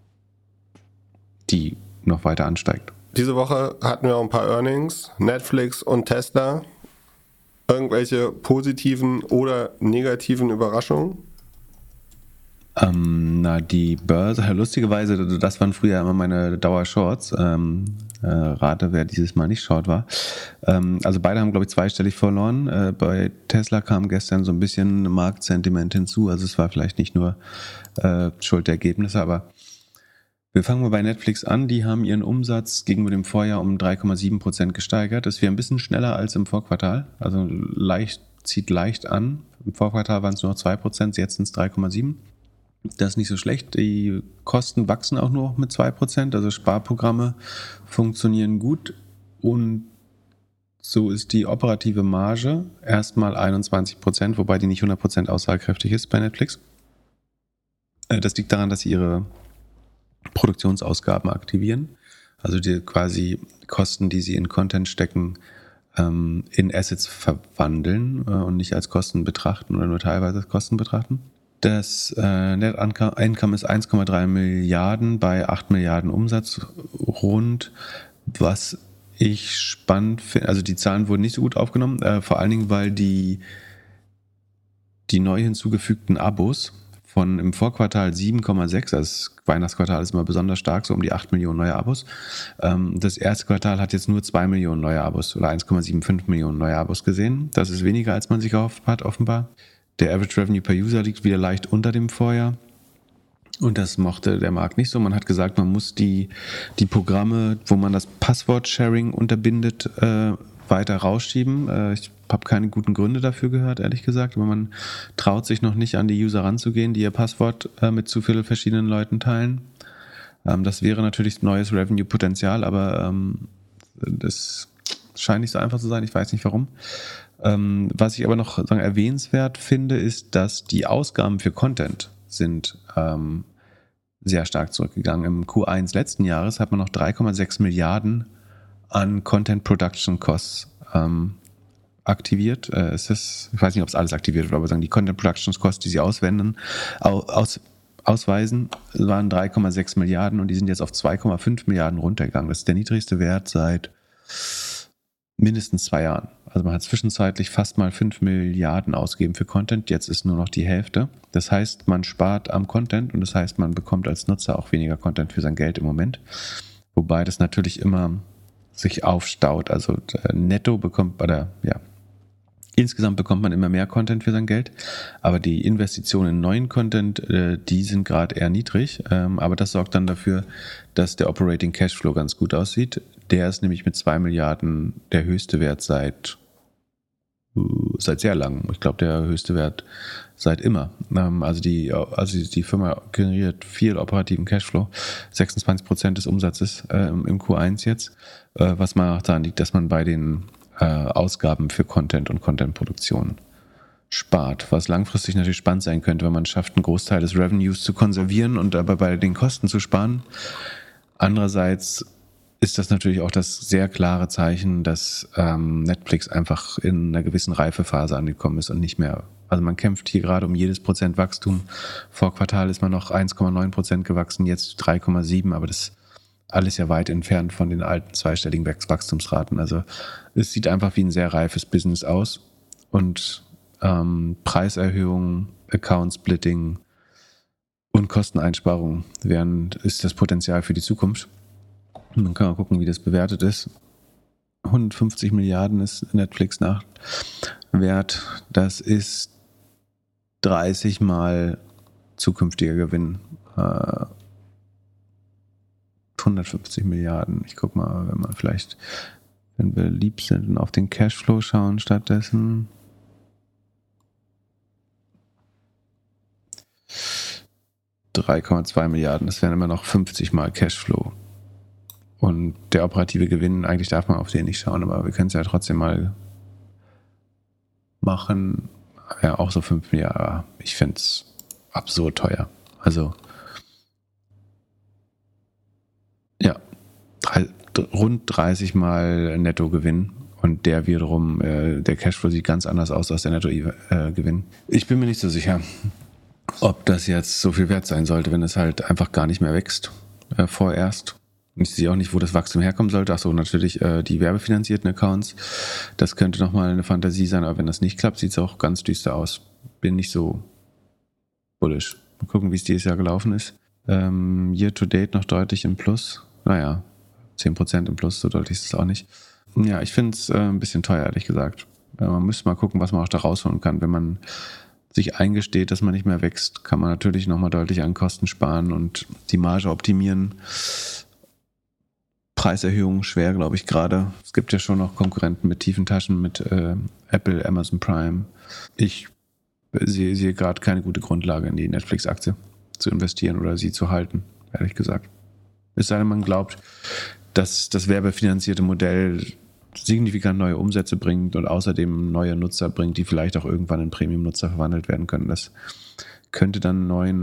die noch weiter ansteigt. Diese Woche hatten wir auch ein paar Earnings, Netflix und Tesla. Irgendwelche positiven oder negativen Überraschungen? Die Börse, lustigerweise, das waren früher immer meine Dauer-Shorts. Rate, wer dieses Mal nicht Short war. Also beide haben, glaube ich, zweistellig verloren. Bei Tesla kam gestern so ein bisschen Marktsentiment hinzu. Also es war vielleicht nicht nur Schuld der Ergebnisse, aber wir fangen mal bei Netflix an. Die haben ihren Umsatz gegenüber dem Vorjahr um 3,7% gesteigert. Das wäre ein bisschen schneller als im Vorquartal. Also zieht leicht an. Im Vorquartal waren es nur noch 2%, jetzt sind es 3,7%. Das ist nicht so schlecht. Die Kosten wachsen auch nur mit 2%. Also Sparprogramme funktionieren gut. Und so ist die operative Marge erstmal 21%, wobei die nicht 100% aussagekräftig ist bei Netflix. Das liegt daran, dass sie ihre Produktionsausgaben aktivieren. Also die quasi Kosten, die sie in Content stecken, in Assets verwandeln und nicht als Kosten betrachten oder nur teilweise als Kosten betrachten. Das Net Income ist 1,3 Milliarden bei 8 Milliarden Umsatz rund. Was ich spannend finde, also die Zahlen wurden nicht so gut aufgenommen, vor allen Dingen, weil die neu hinzugefügten Abos von im Vorquartal 7,6, also das Weihnachtsquartal ist immer besonders stark, so um die 8 Millionen neue Abos. Das erste Quartal hat jetzt nur 2 Millionen neue Abos oder 1,75 Millionen neue Abos gesehen. Das ist weniger, als man sich erhofft hat, offenbar. Der Average Revenue per User liegt wieder leicht unter dem Vorjahr. Und das mochte der Markt nicht so. Man hat gesagt, man muss die Programme, wo man das Passwort-Sharing unterbindet, weiter rausschieben. Ich habe keine guten Gründe dafür gehört, ehrlich gesagt. Aber man traut sich noch nicht an die User ranzugehen, die ihr Passwort mit zu vielen verschiedenen Leuten teilen. Das wäre natürlich neues Revenue-Potenzial, aber das scheint nicht so einfach zu sein. Ich weiß nicht warum. Was ich aber noch erwähnenswert finde, ist, dass die Ausgaben für Content sind sehr stark zurückgegangen. Im Q1 letzten Jahres hat man noch 3,6 Milliarden an Content Production Costs aktiviert. Ich weiß nicht, ob es alles aktiviert wird, aber sagen die Content Production Costs, die sie ausweisen, waren 3,6 Milliarden und die sind jetzt auf 2,5 Milliarden runtergegangen. Das ist der niedrigste Wert seit mindestens 2 Jahren. Also man hat zwischenzeitlich fast mal 5 Milliarden ausgegeben für Content, jetzt ist nur noch die Hälfte. Das heißt, man spart am Content und das heißt, man bekommt als Nutzer auch weniger Content für sein Geld im Moment. Wobei das natürlich immer sich aufstaut. Also netto insgesamt bekommt man immer mehr Content für sein Geld, aber die Investitionen in neuen Content, die sind gerade eher niedrig, aber das sorgt dann dafür, dass der Operating Cashflow ganz gut aussieht. Der ist nämlich mit 2 Milliarden der höchste Wert seit sehr lang. Ich glaube, der höchste Wert seit immer. Also die Firma generiert viel operativen Cashflow, 26% des Umsatzes im Q1 jetzt, was man auch daran liegt, dass man bei den Ausgaben für Content und Contentproduktion spart, was langfristig natürlich spannend sein könnte, wenn man schafft, einen Großteil des Revenues zu konservieren und dabei bei den Kosten zu sparen. Andererseits ist das natürlich auch das sehr klare Zeichen, dass Netflix einfach in einer gewissen Reifephase angekommen ist und nicht mehr, also man kämpft hier gerade um jedes Prozent Wachstum. Vor Quartal ist man noch 1,9% gewachsen, jetzt 3,7%, aber das alles ja weit entfernt von den alten zweistelligen Wachstumsraten. Also es sieht einfach wie ein sehr reifes Business aus und Preiserhöhungen, Account-Splitting und Kosteneinsparungen ist das Potenzial für die Zukunft. Und dann kann man gucken, wie das bewertet ist. 150 Milliarden ist Netflix nach Wert. Das ist 30 Mal zukünftiger Gewinn. 150 Milliarden. Ich guck mal, wenn wir lieb sind und auf den Cashflow schauen stattdessen. $3,2 Milliarden. Das wären immer noch 50 Mal Cashflow. Und der operative Gewinn, eigentlich darf man auf den nicht schauen, aber wir können es ja trotzdem mal machen. Ja, auch so 5 Milliarden. Ich finde es absurd teuer. Also ja, rund 30 Mal Nettogewinn und der wiederum, der Cashflow sieht ganz anders aus als der Nettogewinn. Ich bin mir nicht so sicher, ob das jetzt so viel wert sein sollte, wenn es halt einfach gar nicht mehr wächst vorerst. Ich sehe auch nicht, wo das Wachstum herkommen sollte. Achso, natürlich die werbefinanzierten Accounts. Das könnte nochmal eine Fantasie sein, aber wenn das nicht klappt, sieht es auch ganz düster aus. Bin nicht so bullish. Mal gucken, wie es dieses Jahr gelaufen ist. Year to date noch deutlich im Plus. Naja, 10% im Plus, so deutlich ist es auch nicht. Ja, ich finde es ein bisschen teuer, ehrlich gesagt. Man müsste mal gucken, was man auch da rausholen kann. Wenn man sich eingesteht, dass man nicht mehr wächst, kann man natürlich nochmal deutlich an Kosten sparen und die Marge optimieren. Preiserhöhungen schwer, glaube ich, gerade. Es gibt ja schon noch Konkurrenten mit tiefen Taschen, mit Apple, Amazon Prime. Ich sehe gerade keine gute Grundlage in die Netflix-Aktie zu investieren oder sie zu halten, ehrlich gesagt. Es sei denn, man glaubt, dass das werbefinanzierte Modell signifikant neue Umsätze bringt und außerdem neue Nutzer bringt, die vielleicht auch irgendwann in Premium-Nutzer verwandelt werden können. Das könnte dann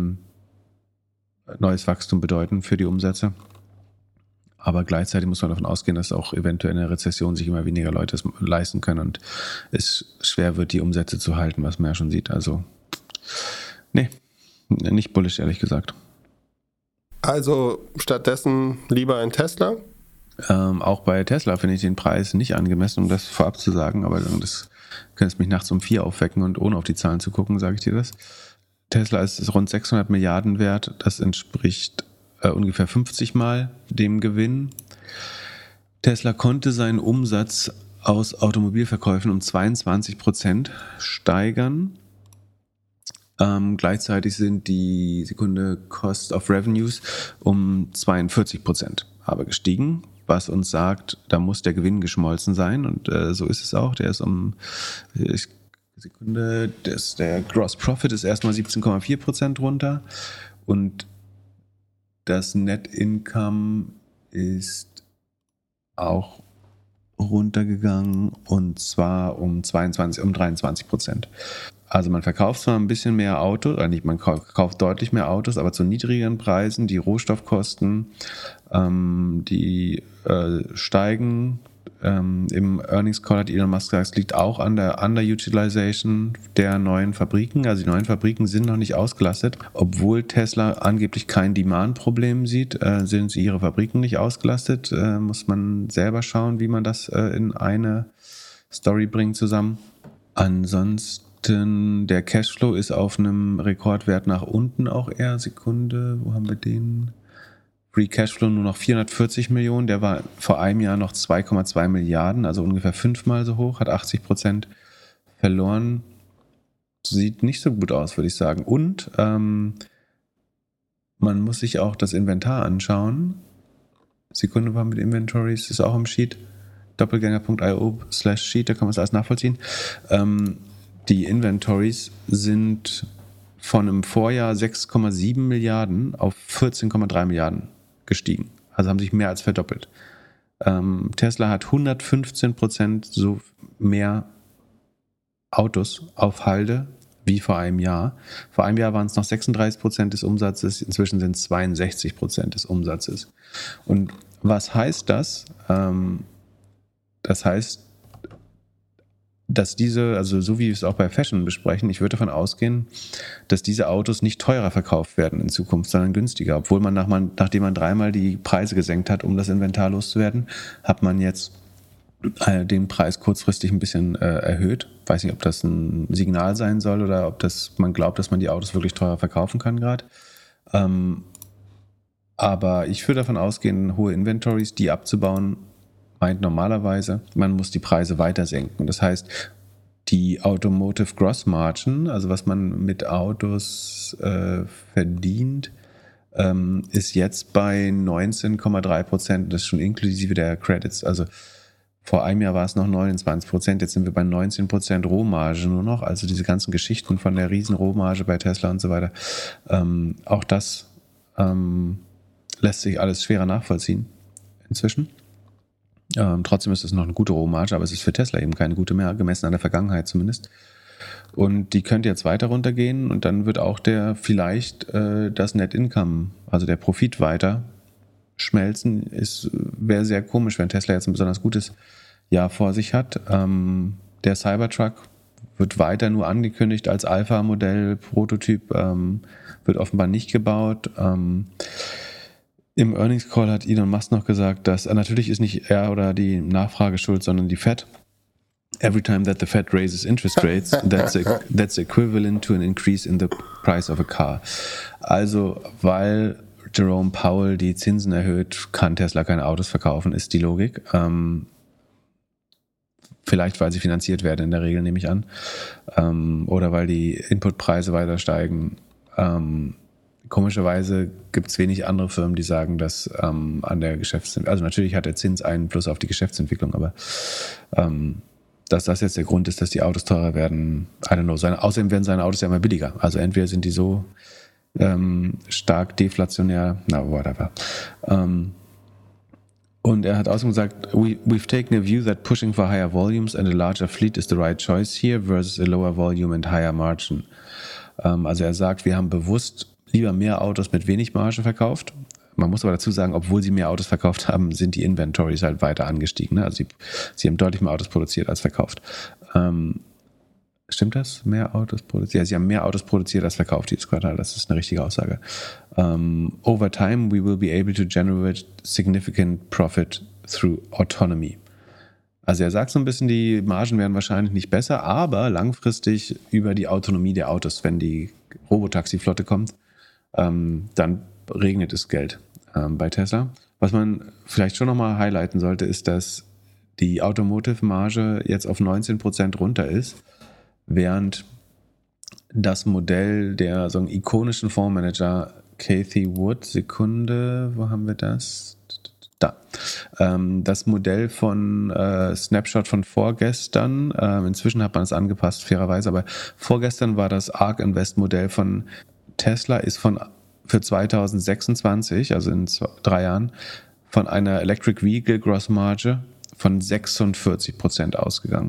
neues Wachstum bedeuten für die Umsätze. Aber gleichzeitig muss man davon ausgehen, dass auch eventuell in der Rezession sich immer weniger Leute es leisten können und es schwer wird, die Umsätze zu halten, was man ja schon sieht. Also, nee, nicht bullish, ehrlich gesagt. Also stattdessen lieber ein Tesla? Auch bei Tesla finde ich den Preis nicht angemessen, um das vorab zu sagen, aber das könnte mich nachts um 4 aufwecken und ohne auf die Zahlen zu gucken, sage ich dir das. Tesla ist rund 600 Milliarden wert, das entspricht ungefähr 50 Mal dem Gewinn. Tesla konnte seinen Umsatz aus Automobilverkäufen um 22% steigern. Gleichzeitig sind die Cost of Revenues um 42% aber gestiegen, was uns sagt, da muss der Gewinn geschmolzen sein und so ist es auch. Der ist der Gross Profit ist erstmal 17,4% runter und das Net Income ist auch runtergegangen und zwar um 23%. Also man verkauft zwar ein bisschen mehr Autos, nicht, man kauft deutlich mehr Autos, aber zu niedrigeren Preisen. Die Rohstoffkosten, die steigen. Im Earnings Call hat Elon Musk gesagt, es liegt auch an der Underutilization der neuen Fabriken. Also die neuen Fabriken sind noch nicht ausgelastet. Obwohl Tesla angeblich kein Demand-Problem sieht, sind sie ihre Fabriken nicht ausgelastet. Muss man selber schauen, wie man das in eine Story bringt zusammen. Ansonsten, der Cashflow ist auf einem Rekordwert nach unten auch eher. Sekunde, wo haben wir den? Free Cashflow nur noch 440 Millionen, der war vor einem Jahr noch 2,2 Milliarden, also ungefähr 5-mal so hoch, hat 80% verloren. Sieht nicht so gut aus, würde ich sagen. Und man muss sich auch das Inventar anschauen. Sekunde, war mit Inventories, ist auch im Sheet. doppelgänger.io/Sheet, da kann man es alles nachvollziehen. Die Inventories sind von im Vorjahr 6,7 Milliarden auf 14,3 Milliarden gestiegen. Also haben sich mehr als verdoppelt. Tesla hat 115% so mehr Autos auf Halde wie vor einem Jahr. Vor einem Jahr waren es noch 36% des Umsatzes, inzwischen sind es 62% des Umsatzes. Und was heißt das? Das heißt, dass diese, also so wie wir es auch bei Fashion besprechen, ich würde davon ausgehen, dass diese Autos nicht teurer verkauft werden in Zukunft, sondern günstiger. Obwohl man nachdem man 3-mal die Preise gesenkt hat, um das Inventar loszuwerden, hat man jetzt den Preis kurzfristig ein bisschen erhöht. Weiß nicht, ob das ein Signal sein soll oder ob man glaubt, dass man die Autos wirklich teurer verkaufen kann gerade. Aber ich würde davon ausgehen, hohe Inventories, die abzubauen, meint normalerweise, man muss die Preise weiter senken. Das heißt, die Automotive Gross Margin, also was man mit Autos verdient, ist jetzt bei 19,3%. Das ist schon inklusive der Credits. Also vor einem Jahr war es noch 29%, jetzt sind wir bei 19% Rohmarge nur noch. Also diese ganzen Geschichten von der riesen Rohmarge bei Tesla und so weiter. Auch das lässt sich alles schwerer nachvollziehen inzwischen. Trotzdem ist es noch eine gute Rohmarge, aber es ist für Tesla eben keine gute mehr, gemessen an der Vergangenheit zumindest. Und die könnte jetzt weiter runtergehen und dann wird auch vielleicht das Net Income, also der Profit weiter schmelzen. Wäre sehr komisch, wenn Tesla jetzt ein besonders gutes Jahr vor sich hat. Der Cybertruck wird weiter nur angekündigt als Alpha-Modell, Prototyp, wird offenbar nicht gebaut. Im Earnings Call hat Elon Musk noch gesagt, dass natürlich ist nicht er oder die Nachfrage schuld, sondern die Fed. Every time that the Fed raises interest rates, that's equivalent to an increase in the price of a car. Also, weil Jerome Powell die Zinsen erhöht, kann Tesla keine Autos verkaufen, ist die Logik. Vielleicht, weil sie finanziert werden in der Regel, nehme ich an. Oder weil die Inputpreise weiter steigen. Komischerweise gibt es wenig andere Firmen, die sagen, dass an der Geschäftsentwicklung, also natürlich hat der Zins einen Plus auf die Geschäftsentwicklung, aber dass das jetzt der Grund ist, dass die Autos teurer werden, I don't know. Außerdem werden seine Autos ja immer billiger. Also entweder sind die so stark deflationär, whatever. Und er hat außerdem gesagt, we've taken a view that pushing for higher volumes and a larger fleet is the right choice here versus a lower volume and higher margin. Also er sagt, wir haben bewusst lieber mehr Autos mit wenig Marge verkauft. Man muss aber dazu sagen, obwohl sie mehr Autos verkauft haben, sind die Inventories halt weiter angestiegen. Ne? Also sie haben deutlich mehr Autos produziert als verkauft. Stimmt das? Mehr Autos produziert? Ja, sie haben mehr Autos produziert als verkauft dieses Quartal. Das ist eine richtige Aussage. Over time, we will be able to generate significant profit through autonomy. Also er sagt so ein bisschen, die Margen werden wahrscheinlich nicht besser, aber langfristig über die Autonomie der Autos, wenn die Robotaxi-Flotte kommt, dann regnet es Geld bei Tesla. Was man vielleicht schon nochmal highlighten sollte, ist, dass die Automotive-Marge jetzt auf 19% runter ist, während das Modell der so einen ikonischen Fondsmanager Cathie Wood, Sekunde, wo haben wir das? Da. Das Modell von Snapshot von vorgestern, inzwischen hat man es angepasst, fairerweise, aber vorgestern war das ARK Invest Modell von Tesla ist für 2026, also in 3 Jahren, von einer Electric Vehicle Gross Marge von 46% ausgegangen.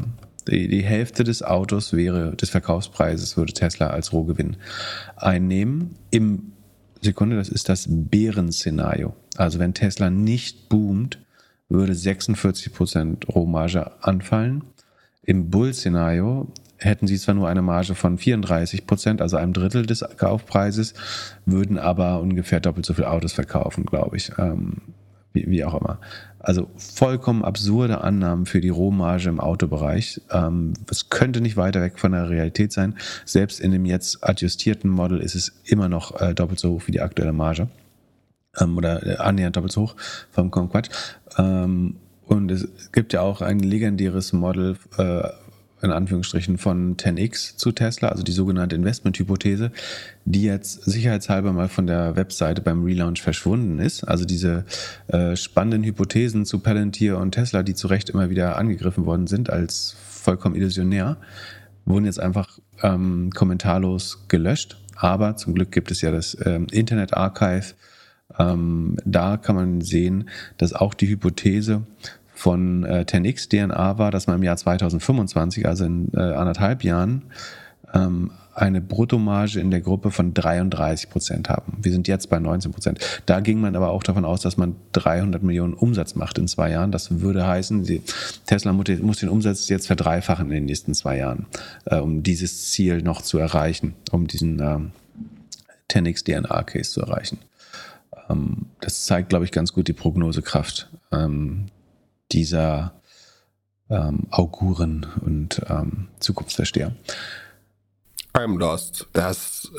Die Hälfte des Autos des Verkaufspreises würde Tesla als Rohgewinn einnehmen. Das ist das Bärenszenario. Also wenn Tesla nicht boomt, würde 46% Rohmarge anfallen. Im Bull-Szenario hätten sie zwar nur eine Marge von 34%, also einem Drittel des Kaufpreises, würden aber ungefähr doppelt so viele Autos verkaufen, glaube ich. Wie auch immer. Also vollkommen absurde Annahmen für die Rohmarge im Autobereich. Es könnte nicht weiter weg von der Realität sein. Selbst in dem jetzt adjustierten Model ist es immer noch doppelt so hoch wie die aktuelle Marge. Oder annähernd doppelt so hoch. Vollkommen Quatsch. Und es gibt ja auch ein legendäres Model, in Anführungsstrichen, von 10x zu Tesla, also die sogenannte Investment-Hypothese, die jetzt sicherheitshalber mal von der Webseite beim Relaunch verschwunden ist. Also diese spannenden Hypothesen zu Palantir und Tesla, die zu Recht immer wieder angegriffen worden sind als vollkommen illusionär, wurden jetzt einfach kommentarlos gelöscht. Aber zum Glück gibt es ja das Internet Archive. Da kann man sehen, dass auch die Hypothese von 10x DNA war, dass wir im Jahr 2025, also in 1,5 Jahren, eine Bruttomarge in der Gruppe von 33% haben. Wir sind jetzt bei 19%. Da ging man aber auch davon aus, dass man 300 Millionen Umsatz macht in 2 Jahren. Das würde heißen, Tesla muss den Umsatz jetzt verdreifachen in den nächsten 2 Jahren, um dieses Ziel noch zu erreichen, um diesen 10x DNA-Case zu erreichen. Das zeigt, glaube ich, ganz gut die Prognosekraft dieser Auguren und Zukunftsversteher. I'm lost. Das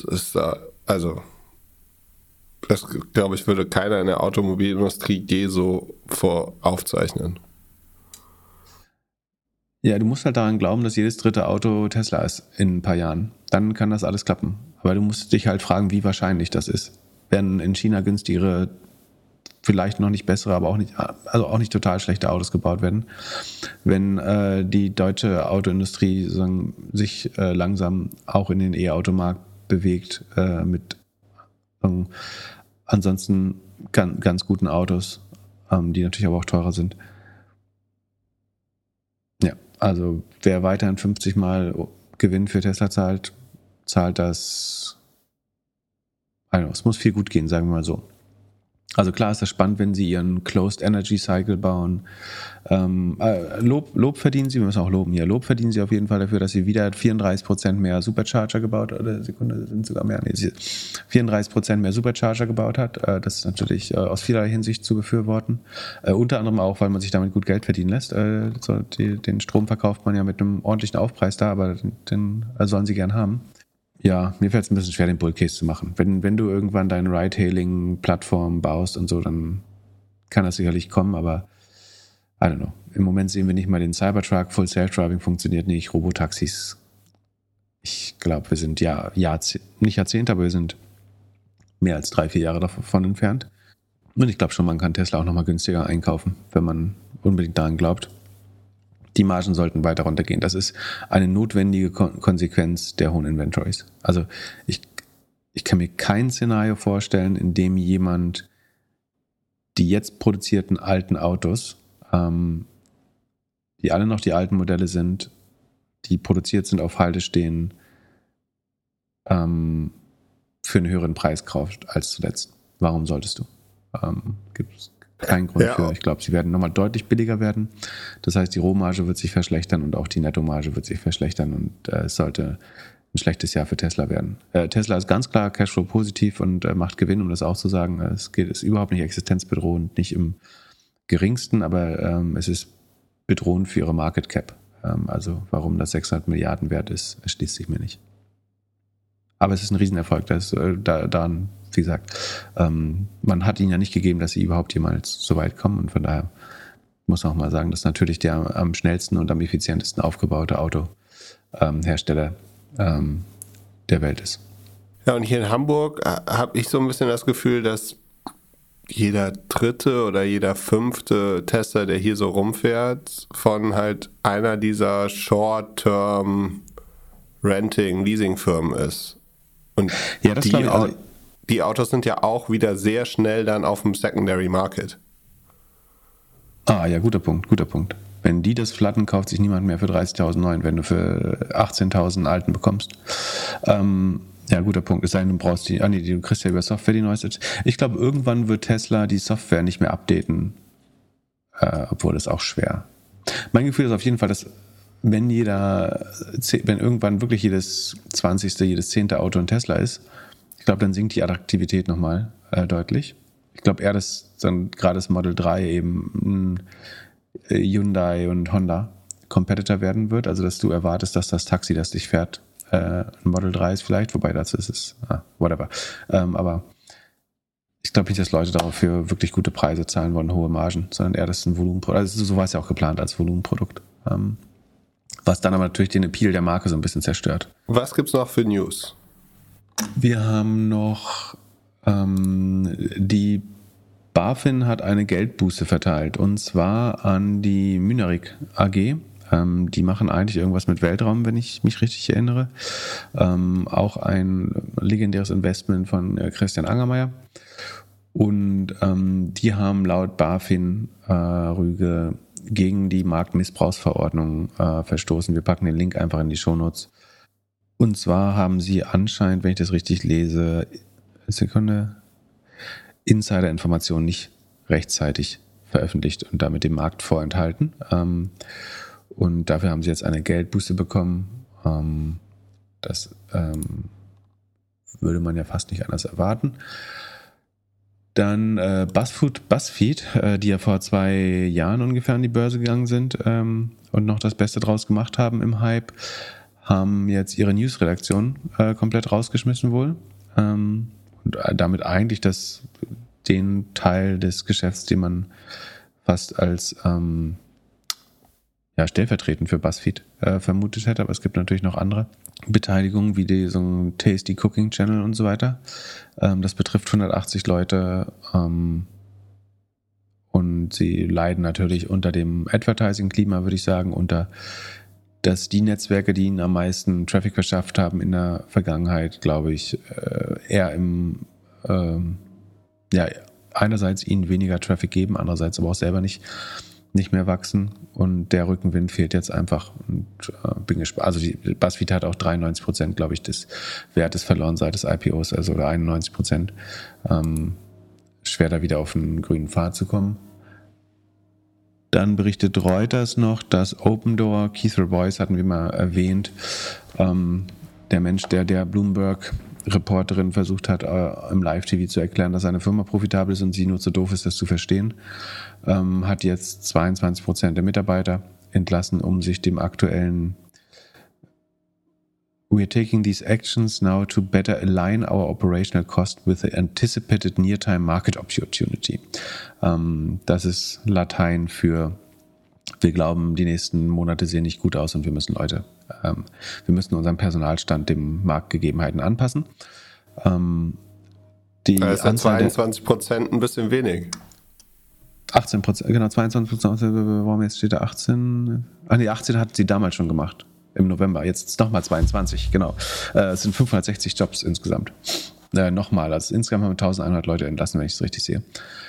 glaube ich, würde keiner in der Automobilindustrie je so aufzeichnen. Ja, du musst halt daran glauben, dass jedes dritte Auto Tesla ist in ein paar Jahren. Dann kann das alles klappen. Aber du musst dich halt fragen, wie wahrscheinlich das ist. Werden in China günstigere, vielleicht noch nicht bessere, aber auch nicht total schlechte Autos gebaut werden. Wenn die deutsche Autoindustrie sich langsam auch in den E-Automarkt bewegt mit ansonsten ganz guten Autos, die natürlich aber auch teurer sind. Ja, also wer weiterhin 50 Mal Gewinn für Tesla zahlt das. Also, es muss viel gut gehen, sagen wir mal so. Also klar ist das spannend, wenn sie ihren Closed Energy Cycle bauen. Lob verdienen sie, wir müssen auch loben hier. Lob verdienen sie auf jeden Fall dafür, dass sie wieder 34% mehr Supercharger gebaut hat. Oder Sekunde, sind sogar mehr. Nee, 34% mehr Supercharger gebaut hat. Das ist natürlich aus vielerlei Hinsicht zu befürworten. Unter anderem auch, weil man sich damit gut Geld verdienen lässt. Den Strom verkauft man ja mit einem ordentlichen Aufpreis da, aber den sollen sie gern haben. Ja, mir fällt es ein bisschen schwer, den Bullcase zu machen. Wenn du irgendwann deine Ride-Hailing-Plattform baust und so, dann kann das sicherlich kommen, aber I don't know. Im Moment sehen wir nicht mal den Cybertruck, Full Self-Driving funktioniert nicht, Robotaxis. Ich glaube, wir sind nicht Jahrzehnte, aber wir sind mehr als 3-4 Jahre davon entfernt. Und ich glaube schon, man kann Tesla auch nochmal günstiger einkaufen, wenn man unbedingt daran glaubt. Die Margen sollten weiter runtergehen. Das ist eine notwendige Konsequenz der hohen Inventories. Also ich kann mir kein Szenario vorstellen, in dem jemand die jetzt produzierten alten Autos, die alle noch die alten Modelle sind, die produziert sind, auf Halde stehen, für einen höheren Preis kauft als zuletzt. Warum solltest du? Gibt es keinen Grund für. Ich glaube, sie werden nochmal deutlich billiger werden. Das heißt, die Rohmarge wird sich verschlechtern und auch die Nettomarge wird sich verschlechtern und es sollte ein schlechtes Jahr für Tesla werden. Tesla ist ganz klar Cashflow positiv und macht Gewinn, um das auch zu sagen. Es ist überhaupt nicht existenzbedrohend, nicht im geringsten, aber es ist bedrohend für ihre Market Cap. Also warum das 600 Milliarden wert ist, erschließt sich mir nicht. Aber es ist ein Riesenerfolg. Daran, wie gesagt, man hat ihnen ja nicht gegeben, dass sie überhaupt jemals so weit kommen. Und von daher muss man auch mal sagen, dass natürlich der am schnellsten und am effizientesten aufgebaute Autohersteller der Welt ist. Ja, und hier in Hamburg habe ich so ein bisschen das Gefühl, dass jeder dritte oder jeder fünfte Tesla, der hier so rumfährt, von halt einer dieser Short-Term Renting-Leasing-Firmen ist. Und ja, das die Autos sind ja auch wieder sehr schnell dann auf dem Secondary Market. Ja, guter Punkt. Wenn die das flatten, kauft sich niemand mehr für 30.000 neuen, wenn du für 18.000 alten bekommst. Ja, guter Punkt. Es sei denn, du brauchst du kriegst ja über Software die neueste. Ich glaube, irgendwann wird Tesla die Software nicht mehr updaten. Obwohl das auch schwer. Mein Gefühl ist auf jeden Fall, dass wenn irgendwann wirklich jedes 20., jedes 10. Auto ein Tesla ist, ich glaube, dann sinkt die Attraktivität nochmal deutlich. Ich glaube eher, dass dann gerade das Model 3 eben ein Hyundai und Honda Competitor werden wird. Also, dass du erwartest, dass das Taxi, das dich fährt, ein Model 3 ist vielleicht, wobei dazu ist es, whatever. Aber ich glaube nicht, dass Leute dafür wirklich gute Preise zahlen wollen, hohe Margen, sondern eher, das ist ein Volumenprodukt. Also so war es ja auch geplant als Volumenprodukt. Was dann aber natürlich den Appeal der Marke so ein bisschen zerstört. Was gibt's noch für News? Wir haben noch die BaFin hat eine Geldbuße verteilt und zwar an die Mynaric AG. Die machen eigentlich irgendwas mit Weltraum, wenn ich mich richtig erinnere. Auch ein legendäres Investment von Christian Angermayer. Und die haben laut BaFin Rüge gegen die Marktmissbrauchsverordnung verstoßen. Wir packen den Link einfach in die Shownotes. Und zwar haben sie anscheinend, wenn ich das richtig lese, Insider-Informationen nicht rechtzeitig veröffentlicht und damit dem Markt vorenthalten. Und dafür haben sie jetzt eine Geldbuße bekommen. Das würde man ja fast nicht anders erwarten. Dann BuzzFeed, die ja vor 2 Jahren ungefähr an die Börse gegangen sind und noch das Beste draus gemacht haben im Hype, haben jetzt ihre News-Redaktion komplett rausgeschmissen wohl. Und damit eigentlich den Teil des Geschäfts, den man fast als stellvertretend für BuzzFeed vermutet hätte, aber es gibt natürlich noch andere Beteiligungen, wie so ein Tasty Cooking Channel und so weiter. Das betrifft 180 Leute und sie leiden natürlich unter dem Advertising-Klima, würde ich sagen, dass die Netzwerke, die ihnen am meisten Traffic verschafft haben in der Vergangenheit, glaube ich, eher einerseits ihnen weniger Traffic geben, andererseits aber auch selber nicht mehr wachsen und der Rückenwind fehlt jetzt einfach und bin gespannt. Also BuzzFeed hat auch 93%, glaube ich, des Wertes verloren seit des IPOs, also oder 91%. Schwer da wieder auf einen grünen Pfad zu kommen. Dann berichtet Reuters noch, dass Opendoor, Keith Rabois hatten wir mal erwähnt, der Mensch, der Bloomberg-Reporterin versucht hat, im Live-TV zu erklären, dass seine Firma profitabel ist und sie nur zu doof ist, das zu verstehen, hat jetzt 22% der Mitarbeiter entlassen, um sich dem aktuellen "We are taking these actions now to better align our operational cost with the anticipated near-time market opportunity." Das ist Latein für wir glauben, die nächsten Monate sehen nicht gut aus und wir müssen unseren Personalstand dem Marktgegebenheiten anpassen. Da ist ja 22% ein bisschen wenig. 18%, genau, 22%, warum jetzt steht da 18? 18 hatten sie damals schon gemacht, im November, jetzt nochmal 22, genau. Es sind 560 Jobs insgesamt. Nochmal, also insgesamt haben wir 1100 Leute entlassen, wenn ich es richtig sehe.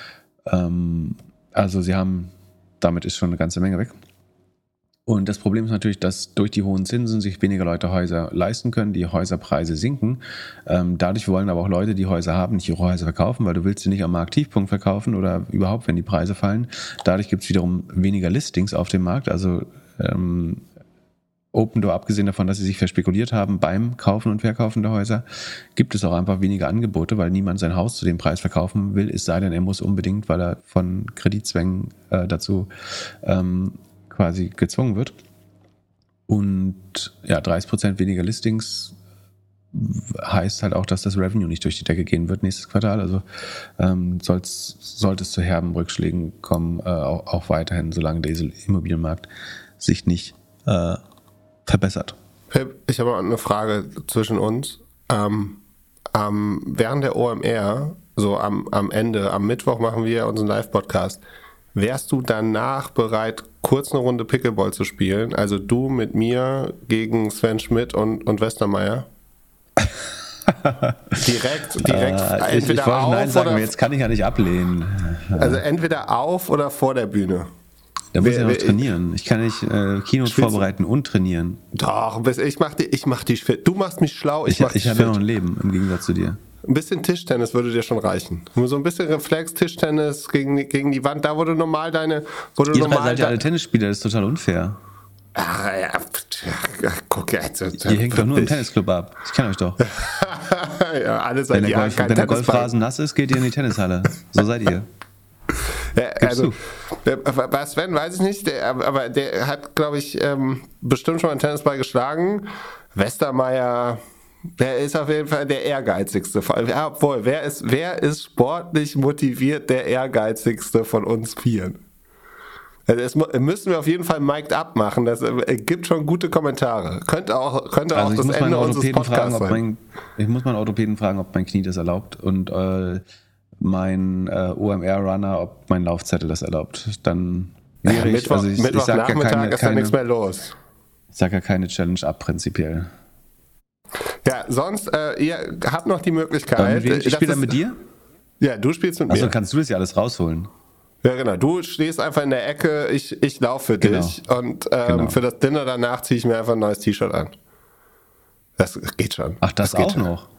Also damit ist schon eine ganze Menge weg. Und das Problem ist natürlich, dass durch die hohen Zinsen sich weniger Leute Häuser leisten können, die Häuserpreise sinken. Dadurch wollen aber auch Leute, die Häuser haben, nicht ihre Häuser verkaufen, weil du willst sie nicht am Markttiefpunkt verkaufen oder überhaupt, wenn die Preise fallen. Dadurch gibt es wiederum weniger Listings auf dem Markt. Also Opendoor, abgesehen davon, dass sie sich verspekuliert haben beim Kaufen und Verkaufen der Häuser, gibt es auch einfach weniger Angebote, weil niemand sein Haus zu dem Preis verkaufen will, es sei denn, er muss unbedingt, weil er von Kreditzwängen dazu quasi gezwungen wird. Und ja, 30% weniger Listings heißt halt auch, dass das Revenue nicht durch die Decke gehen wird nächstes Quartal. Also sollte es zu herben Rückschlägen kommen, auch weiterhin, solange der Immobilienmarkt sich nicht verbessert. Pip, ich habe mal eine Frage zwischen uns. Während der OMR, so am Ende, am Mittwoch machen wir unseren Live-Podcast. Wärst du danach bereit, kurz eine Runde Pickleball zu spielen? Also du mit mir gegen Sven Schmidt und Westermeier? direkt entweder ich wollte auf Nein sagen, oder jetzt kann ich ja nicht ablehnen. Also entweder auf oder vor der Bühne. Da muss ich ja noch trainieren. Ich kann nicht Keynote vorbereiten und trainieren. Doch, ich mach dich fit. Du machst mich schlau, ich mach dich fit. Ich habe ja noch ein Leben im Gegensatz zu dir. Ein bisschen Tischtennis würde dir schon reichen. Nur so ein bisschen Reflex-Tischtennis gegen die Wand, da wo du normal Ihr seid ja alle Tennisspieler, das ist total unfair. Ah, ja, guck jetzt. Ihr hängt doch nur im Tennisclub ab. Ich kenne euch doch. Ja, alle seit Jahren kein Wenn der Golfrasen nass ist, geht ihr in die Tennishalle. So seid ihr. Ja, also, bei Sven weiß ich nicht, aber der hat, glaube ich, bestimmt schon mal einen Tennisball geschlagen. Westermeier, der ist auf jeden Fall der ehrgeizigste. Ja, obwohl, wer ist sportlich motiviert der ehrgeizigste von uns Vieren? Also das müssen wir auf jeden Fall mic'd up machen. Das gibt schon gute Kommentare. Könnte auch das Ende unseres Podcasts sein. Ich muss meinen Orthopäden fragen, ob mein Knie das erlaubt und mein OMR-Runner, ob mein Laufzettel das erlaubt. Dann wäre ich... Mittwochnachmittag ist da nichts mehr los. Ich sage ja keine Challenge ab, prinzipiell. Ja, sonst, ihr habt noch die Möglichkeit... Ich spiele dann mit dir? Ja, du spielst mit mir. Also kannst du das ja alles rausholen. Ja, genau. Du stehst einfach in der Ecke, ich laufe für dich und für das Dinner danach ziehe ich mir einfach ein neues T-Shirt an. Das geht schon. Ach, das auch schon. Noch?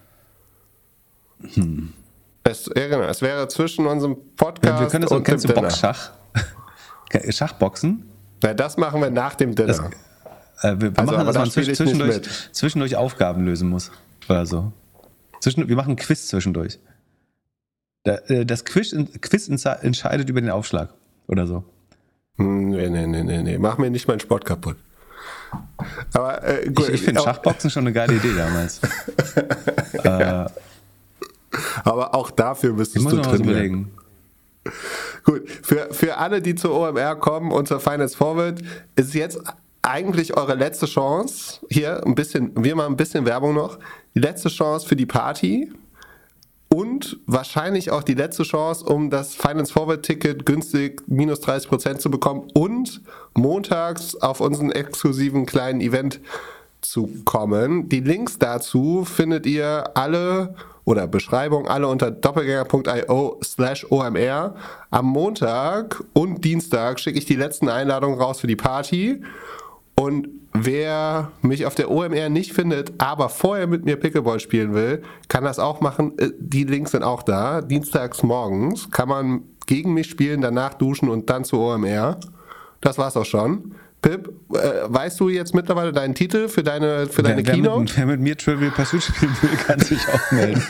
Ja, genau. Es wäre zwischen unserem Podcast wir können das auch, und kennst dem du Dinner. Boxschach? Schachboxen? Ja, das machen wir nach dem Dinner. Wir machen, dass man zwischendurch Aufgaben lösen muss. Oder so. Wir machen ein Quiz zwischendurch. Das Quiz entscheidet über den Aufschlag. Oder so. Nee. Mach mir nicht meinen Sport kaputt. Aber gut. Ich finde Schachboxen schon eine geile Idee damals. Ja. Aber auch dafür müsstest du trainieren. Überlegen. Gut, für alle, die zur OMR kommen und zur Finance Forward, ist jetzt eigentlich eure letzte Chance. Hier wir machen ein bisschen Werbung noch. Die letzte Chance für die Party und wahrscheinlich auch die letzte Chance, um das Finance Forward Ticket günstig minus 30% zu bekommen und montags auf unseren exklusiven kleinen Event zu kommen. Die Links dazu findet ihr alle oder Beschreibung alle unter doppelgänger.io/OMR. Am Montag und Dienstag schicke ich die letzten Einladungen raus für die Party. Und wer mich auf der OMR nicht findet, aber vorher mit mir Pickleball spielen will, kann das auch machen. Die Links sind auch da. Dienstags morgens kann man gegen mich spielen, danach duschen und dann zur OMR. Das war's auch schon. Pip, weißt du jetzt mittlerweile deinen Titel für deine Keynote? Wer mit mir Trivial Pursuit spielen will, kann sich auch melden.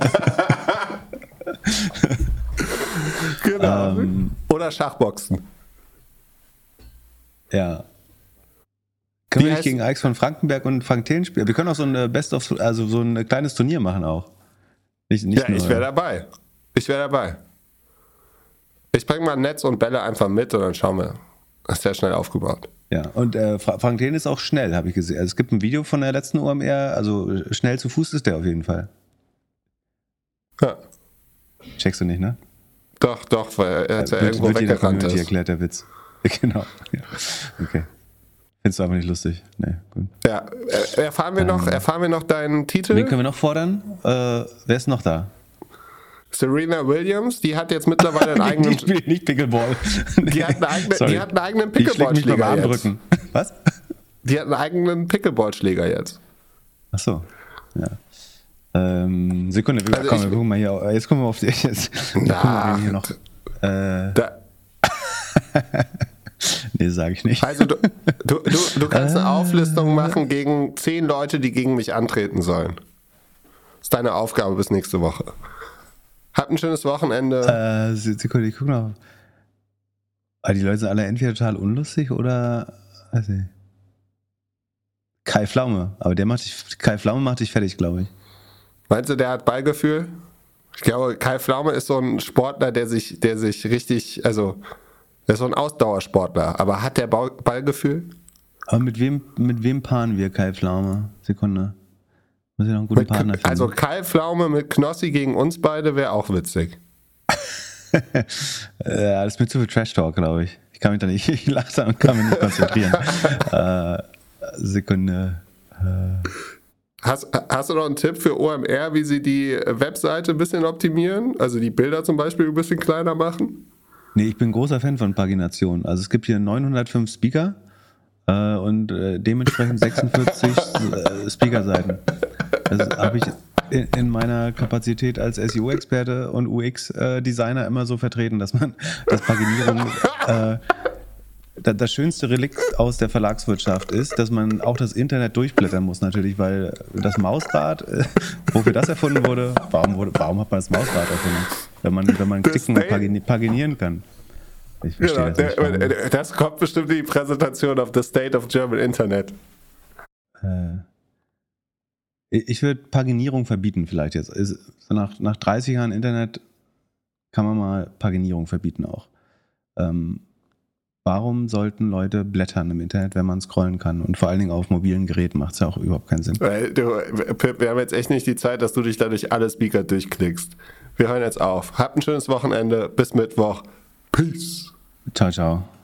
Genau. Oder Schachboxen. Ja. Können wir nicht gegen Alex von Frankenberg und Frank Thelen spielen? Wir können auch so ein so ein kleines Turnier machen auch. Ich wäre dabei. Ich bringe mal Netz und Bälle einfach mit und dann schauen wir. Das ist sehr schnell aufgebaut. Ja, und Frank Thelen ist auch schnell, habe ich gesehen. Also es gibt ein Video von der letzten OMR, also schnell zu Fuß ist der auf jeden Fall. Ja. Checkst du nicht, ne? Doch, weil er hat ja irgendwo weggerannt ist. Erklärt der Witz. Genau. Ja. Okay. Findest du einfach nicht lustig? Nee, gut. Ja, erfahren wir noch deinen Titel? Wen können wir noch fordern? Wer ist noch da? Serena Williams, die hat jetzt mittlerweile einen eigenen... Die spielt nicht Pickleball. Die hat einen eigenen Pickleballschläger jetzt. Was? Die hat einen eigenen Pickleballschläger jetzt. Ach so, ja. Sekunde, wir gucken mal hier. Jetzt gucken wir auf die... Jetzt gucken wir hier noch... Nee, sage ich nicht. Also du kannst eine Auflistung machen gegen 10 Leute, die gegen mich antreten sollen. Das ist deine Aufgabe bis nächste Woche. Habt ein schönes Wochenende. Sekunde, ich guck noch. Aber die Leute sind alle entweder total unlustig oder... Weiß nicht. Kai Pflaume. Aber Kai Pflaume macht dich fertig, glaube ich. Meinst du, der hat Ballgefühl? Ich glaube, Kai Pflaume ist so ein Sportler, der sich richtig... Also, der ist so ein Ausdauersportler. Aber hat der Ballgefühl? Aber mit wem paaren wir Kai Pflaume? Sekunde. Muss ich noch einen guten Partner finden. Also Kai Pflaume mit Knossi gegen uns beide wäre auch witzig. Ja, das ist mir zu viel Trash-Talk, glaube ich. Ich kann mich da nicht, ich lache da und kann mich nicht konzentrieren. Sekunde. Hast du noch einen Tipp für OMR, wie sie die Webseite ein bisschen optimieren? Also die Bilder zum Beispiel ein bisschen kleiner machen? Nee, ich bin großer Fan von Pagination. Also es gibt hier 905 Speaker und dementsprechend 46 Speaker-Seiten. Das habe ich in meiner Kapazität als SEO-Experte und UX-Designer immer so vertreten, dass Paginierung das schönste Relikt aus der Verlagswirtschaft ist, dass man auch das Internet durchblättern muss natürlich, weil das Mausrad, wofür das erfunden wurde, warum hat man das Mausrad erfunden? Wenn man klicken und paginieren kann. Ich verstehe das nicht. Das kommt bestimmt in die Präsentation of the State of German Internet. Ich würde Paginierung verbieten vielleicht jetzt. Nach 30 Jahren Internet kann man mal Paginierung verbieten auch. Warum sollten Leute blättern im Internet, wenn man scrollen kann? Und vor allen Dingen auf mobilen Geräten macht es ja auch überhaupt keinen Sinn. Pip, wir haben jetzt echt nicht die Zeit, dass du dich da durch alle Speaker durchklickst. Wir hören jetzt auf. Habt ein schönes Wochenende. Bis Mittwoch. Peace. Ciao, ciao.